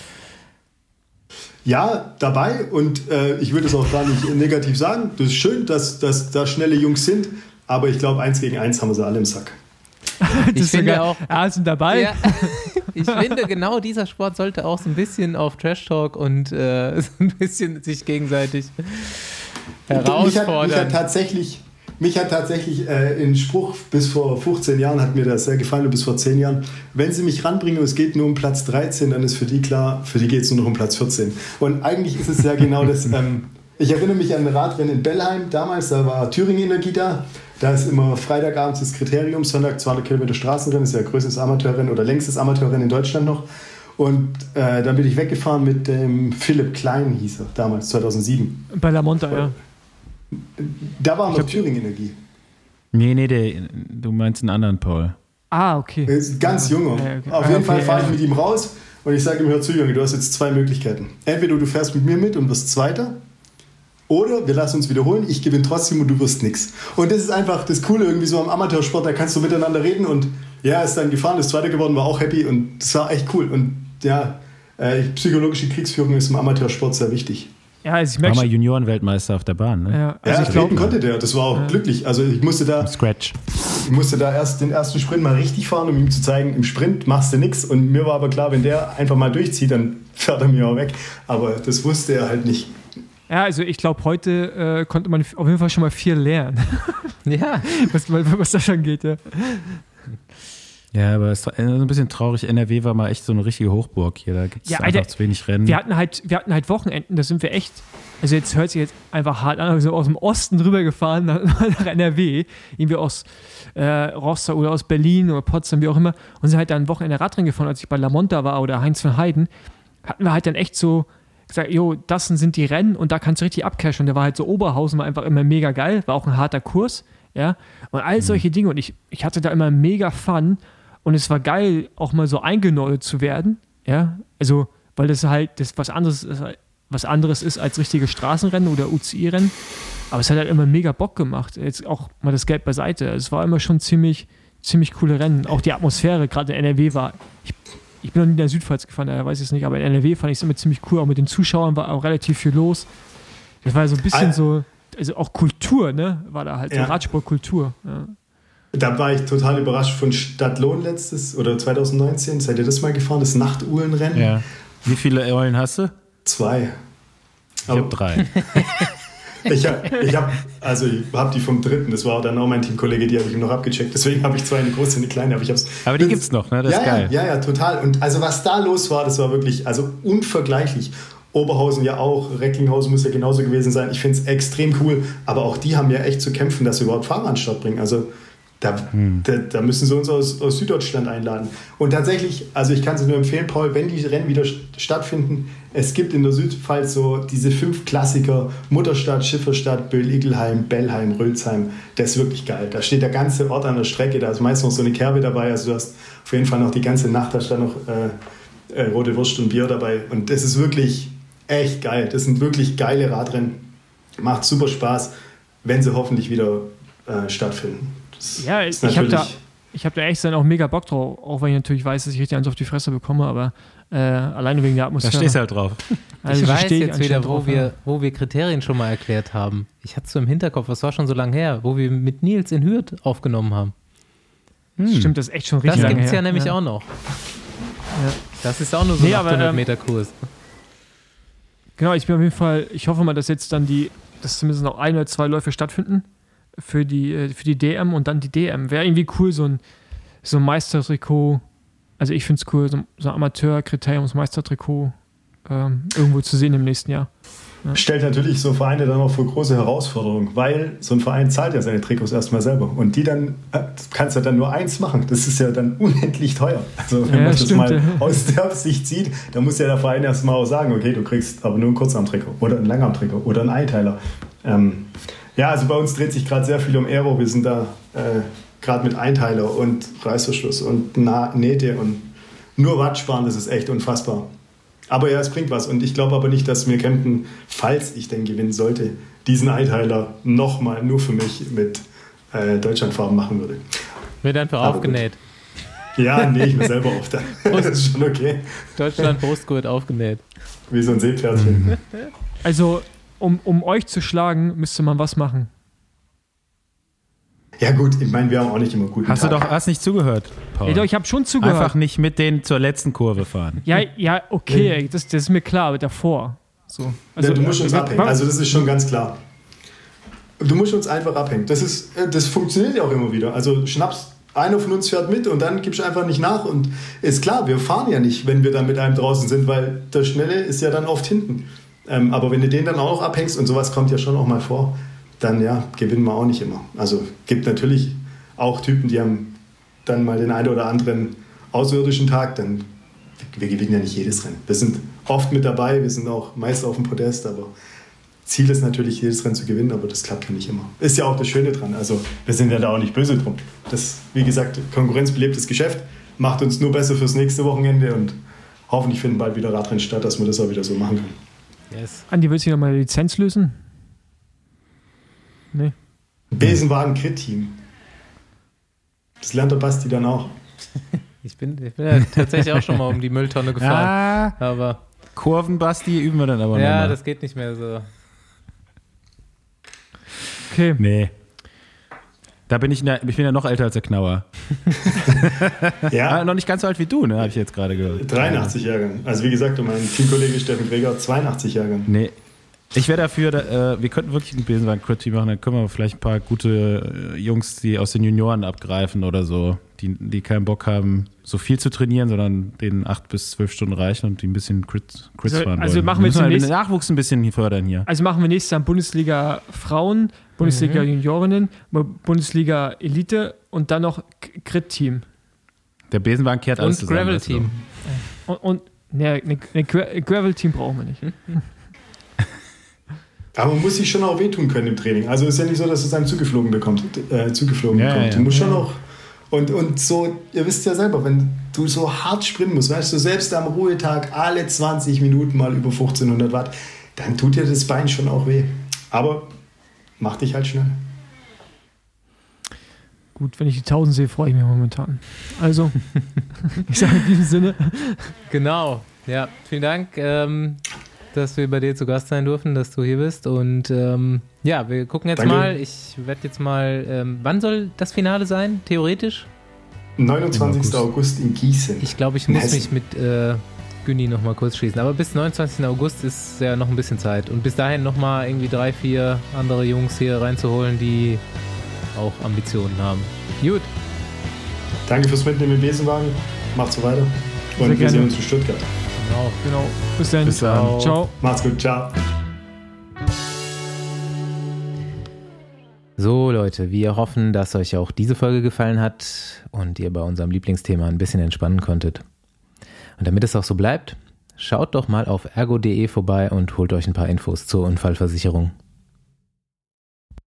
Ja, dabei und äh, ich würde es auch gar nicht negativ sagen. Das ist schön, dass, dass da schnelle Jungs sind, aber ich glaube, eins gegen eins haben wir sie alle im Sack. Das Ich ist finde sogar, auch- ja, sind dabei. Ja, ich finde, genau dieser Sport sollte auch so ein bisschen auf Trash-Talk und äh, so ein bisschen sich gegenseitig Mich hat, herausfordern. mich hat tatsächlich, mich hat tatsächlich äh, ein Spruch bis vor fünfzehn Jahren hat mir das sehr gefallen und bis vor zehn Jahren. Wenn sie mich ranbringen und es geht nur um Platz dreizehn, dann ist für die klar, für die geht es nur noch um Platz vierzehn. Und eigentlich ist es ja genau das. Ähm, ich erinnere mich an ein Radrennen in Bellheim damals, da war Thüringen Energie da. Da ist immer Freitagabends das Kriterium, Sonntag zweihundert Kilometer Straßenrennen, ist ja größtes Amateurrennen oder längstes Amateurrennen in Deutschland noch. Und äh, dann bin ich weggefahren mit dem Philipp Klein, hieß er damals, zweitausendsieben. Bei La Monta, ja. Da war noch glaub- Thüringen Energie. Nee, nee, der, du meinst einen anderen Paul. Ah, okay. Er ist ein ganz junger. Ja, okay. Auf Ah, jeden okay, Fall fahre ich ja. mit ihm raus und ich sage ihm, hör zu, Junge, du hast jetzt zwei Möglichkeiten. Entweder du fährst mit mir mit und wirst Zweiter, oder wir lassen uns wiederholen, ich gewinne trotzdem und du wirst nix. Und das ist einfach das Coole irgendwie so am Amateursport, da kannst du miteinander reden und ja, ist dann gefahren, ist Zweiter geworden, war auch happy und das war echt cool. Und ja, äh, psychologische Kriegsführung ist im Amateursport sehr wichtig. Ja, also ich War merke mal schon. Juniorenweltmeister auf der Bahn, ne? Ja, also Ja, ich glaube, treten konnte der, das war auch Ja. glücklich. Also ich musste da, Scratch. ich musste da erst den ersten Sprint mal richtig fahren, um ihm zu zeigen, im Sprint machst du nichts. Und mir war aber klar, wenn der einfach mal durchzieht, dann fährt er mir auch weg. Aber das wusste er halt nicht. ja, also ich glaube, heute äh, konnte man auf jeden Fall schon mal viel lernen, Ja, was, was das schon geht. Ja. Ja, aber es war ein bisschen traurig. N R W war mal echt so eine richtige Hochburg hier. Da gibt es Ja, einfach Alter, zu wenig Rennen. Wir hatten halt, wir hatten halt Wochenenden, da sind wir echt, also jetzt hört sich jetzt einfach hart an, aber wir sind aus dem Osten drüber gefahren nach, nach N R W, irgendwie aus äh, Rostock oder aus Berlin oder Potsdam, wie auch immer, und sind halt dann ein Wochenende Radrennen gefahren, als ich bei La Monta war oder Heinz von Heiden, hatten wir halt dann echt so gesagt, jo, das sind die Rennen und da kannst du richtig abcashen. Und der war halt so, Oberhausen war einfach immer mega geil, war auch ein harter Kurs, ja, und all solche Dinge und ich, ich hatte da immer mega Fun und es war geil, auch mal so eingenordet zu werden, ja, also, weil das halt das was anderes ist, was anderes ist als richtige Straßenrennen oder U C I-Rennen, aber es hat halt immer mega Bock gemacht, jetzt auch mal das Geld beiseite, es war immer schon ziemlich, ziemlich coole Rennen, auch die Atmosphäre, gerade in N R W war, ich, ich bin noch nie in der Südpfalz gefahren, daher weiß ich es nicht, aber in N R W fand ich es immer ziemlich cool, auch mit den Zuschauern war auch relativ viel los, das war so ein bisschen Ah. so, also auch Kultur, ne, war da halt, so Ja. Radsportkultur, ja. Da war ich total überrascht von Stadtlohn letztes oder zweitausendneunzehn. Seid ihr das mal gefahren? Das Nachtuhlenrennen? Ja. Wie viele Eulen hast du? Zwei. Ich habe drei. Ich habe ich hab, also ich hab die vom dritten, das war dann auch mein Teamkollege, die habe ich ihm noch abgecheckt. Deswegen habe ich zwei, eine große und eine kleine. Aber, ich hab's, Aber die gibt's noch, ne? Das ja, ist geil. Ja, ja, ja, total. Und also was da los war, das war wirklich also unvergleichlich. Oberhausen ja auch, Recklinghausen muss ja genauso gewesen sein. Ich finde es extrem cool, aber auch die haben ja echt zu kämpfen, dass sie überhaupt Fahrer an den Start bringen. Also da, hm. da, da müssen sie uns aus, aus Süddeutschland einladen. Und tatsächlich, also ich kann es nur empfehlen, Paul, wenn die Rennen wieder stattfinden, es gibt in der Südpfalz so diese fünf Klassiker, Mutterstadt, Schifferstadt, Böll-Igelheim, Bellheim, Rölsheim. Das ist wirklich geil. Da steht der ganze Ort an der Strecke, da ist meist noch so eine Kerbe dabei, also du hast auf jeden Fall noch die ganze Nacht, da stand noch äh, äh, rote Wurst und Bier dabei. Und das ist wirklich echt geil. Das sind wirklich geile Radrennen. Macht super Spaß, wenn sie hoffentlich wieder äh, stattfinden. Das ja, ich habe da, ich hab da echt dann auch mega Bock drauf, auch wenn ich natürlich weiß, dass ich richtig eins auf die Fresse bekomme, aber äh, alleine wegen der Atmosphäre. Da stehst du halt drauf. Also ich weiß jetzt wieder, wo, drauf, wir, ja. wo wir Kriterien schon mal erklärt haben. Ich hatte es so im Hinterkopf, das war schon so lange her, wo wir mit Nils in Hürth aufgenommen haben. Hm. Stimmt, das ist echt schon richtig das lange her. Das gibt es ja nämlich ja. auch noch. Ja. Das ist auch nur so ein nee, achthundert ähm, Meter Kurs. Genau, ich bin auf jeden Fall, ich hoffe mal, dass jetzt dann die, dass zumindest noch ein oder zwei Läufe stattfinden für die, für die D M und dann die D M. Wäre irgendwie cool, so ein, so ein Meistertrikot, also ich finde es cool, so, so ein Amateur-Kriteriums-Meistertrikot ähm, irgendwo zu sehen im nächsten Jahr. Ja. Stellt natürlich so Vereine dann auch vor große Herausforderungen, weil so ein Verein zahlt ja seine Trikots erstmal selber und die dann, äh, kannst ja dann nur eins machen, das ist ja dann unendlich teuer. Also wenn ja, man das stimmt, mal ja. aus der Sicht sieht, dann muss ja der Verein erstmal auch sagen, okay, du kriegst aber nur ein Kurzarmtrikot oder ein Langarmtrikot oder ein Einteiler. Ähm, ja, also bei uns dreht sich gerade sehr viel um Aero, wir sind da äh, gerade mit Einteiler und Reißverschluss und Na- Nähte und nur Watt sparen, das ist echt unfassbar. Aber ja, es bringt was. Und ich glaube aber nicht, dass mir Kempten, falls ich denn gewinnen sollte, diesen Einteiler nochmal nur für mich mit äh, Deutschlandfarben machen würde. Wird einfach aber aufgenäht. Gut. Ja, nähe ich mir selber auf. Dann. Das ist schon okay. Deutschland Brustgurt aufgenäht. Wie so ein Seepferdchen. Also, um, um euch zu schlagen, müsste man was machen. Ja gut, ich meine, wir haben auch nicht immer guten Hast Tag. du doch hast nicht zugehört, Paul. Ja, doch, ich habe schon zugehört. Einfach nicht mit denen zur letzten Kurve fahren. Ja, ja, okay, ja. Das, das ist mir klar, aber davor. So. Also, ja, du musst uns äh, abhängen, also das ist schon ganz klar. Du musst uns einfach abhängen. Das, ist, das funktioniert ja auch immer wieder. Also Schnaps, einer von uns fährt mit und dann gibst du einfach nicht nach. Und ist klar, wir fahren ja nicht, wenn wir dann mit einem draußen sind, weil der Schnelle ist ja dann oft hinten. Ähm, aber wenn du den dann auch noch abhängst, und sowas kommt ja schon auch mal vor, dann ja, gewinnen wir auch nicht immer. Also gibt natürlich auch Typen, die haben dann mal den einen oder anderen außerirdischen Tag, dann wir gewinnen ja nicht jedes Rennen. Wir sind oft mit dabei, wir sind auch meist auf dem Podest, aber Ziel ist natürlich, jedes Rennen zu gewinnen, aber das klappt ja nicht immer. Ist ja auch das Schöne dran, also wir sind ja da auch nicht böse drum. Das, wie gesagt, konkurrenzbelebtes Geschäft, macht uns nur besser fürs nächste Wochenende und hoffentlich finden bald wieder Radrennen statt, dass wir das auch wieder so machen können. Yes. Andi, willst du noch mal eine Lizenz lösen? Nee. Besenwagen-Crit-Team. Das lernt der Basti dann auch. Ich bin, ich bin ja tatsächlich auch schon mal um die Mülltonne gefahren. Ah, aber Kurven-Basti üben wir dann aber ja, nochmal. Ja, das geht nicht mehr so. Okay. Nee. Da bin ich, in der, ich bin ja noch älter als der Knauer. Ja. Ah, noch nicht ganz so alt wie du, ne, habe ich jetzt gerade gehört. dreiundachtzig Jahrgang. Also wie gesagt, und mein Teamkollege Steffen Greger, zweiundachtzig Jahrgang. Nee. Ich wäre dafür, da, äh, wir könnten wirklich einen Besenwagen-Crit-Team machen, dann können wir vielleicht ein paar gute äh, Jungs, die aus den Junioren abgreifen oder so, die, die keinen Bock haben, so viel zu trainieren, sondern denen acht bis zwölf Stunden reichen und die ein bisschen Crit, Crits also, fahren also wollen. Machen wir, wir müssen den Nachwuchs ein bisschen fördern hier. Also machen wir nächstes Jahr Bundesliga Frauen, Bundesliga mhm. Juniorinnen, Bundesliga Elite und dann noch Crit-Team. Der Besenwagen kehrt alles und zusammen. Gravel-Team. Und, und ne, ne, ne Gravel-Team brauchen wir nicht. Aber man muss sich schon auch wehtun können im Training. Also ist ja nicht so, dass es einem zugeflogen bekommt. Äh, zugeflogen ja, bekommt. Ja, du musst ja. schon auch. Und, und so, ihr wisst ja selber, wenn du so hart sprinten musst, weißt du, selbst am Ruhetag alle zwanzig Minuten mal über fünfzehnhundert Watt, dann tut dir das Bein schon auch weh. Aber mach dich halt schnell. Gut, wenn ich die tausend sehe, freue ich mich momentan. Also, ich sage in diesem Sinne. Genau, ja, vielen Dank. Ähm dass wir bei dir zu Gast sein dürfen, dass du hier bist. Und ähm, ja, wir gucken jetzt Danke. mal. Ich werde jetzt mal, ähm, wann soll das Finale sein, theoretisch? neunundzwanzigsten August in Gießen. Ich glaube, ich muss mich mit äh, Günni noch mal kurz schließen. Aber bis neunundzwanzigsten August ist ja noch ein bisschen Zeit. Und bis dahin noch mal irgendwie drei, vier andere Jungs hier reinzuholen, die auch Ambitionen haben. Gut. Danke fürs Mitnehmen im Besenwagen. Macht so weiter. Und wir sehen uns in Stuttgart. Genau, genau. Bis dann. Bis dann. Ciao. Macht's gut. Ciao. So Leute, wir hoffen, dass euch auch diese Folge gefallen hat und ihr bei unserem Lieblingsthema ein bisschen entspannen konntet. Und damit es auch so bleibt, schaut doch mal auf ergo punkt de vorbei und holt euch ein paar Infos zur Unfallversicherung.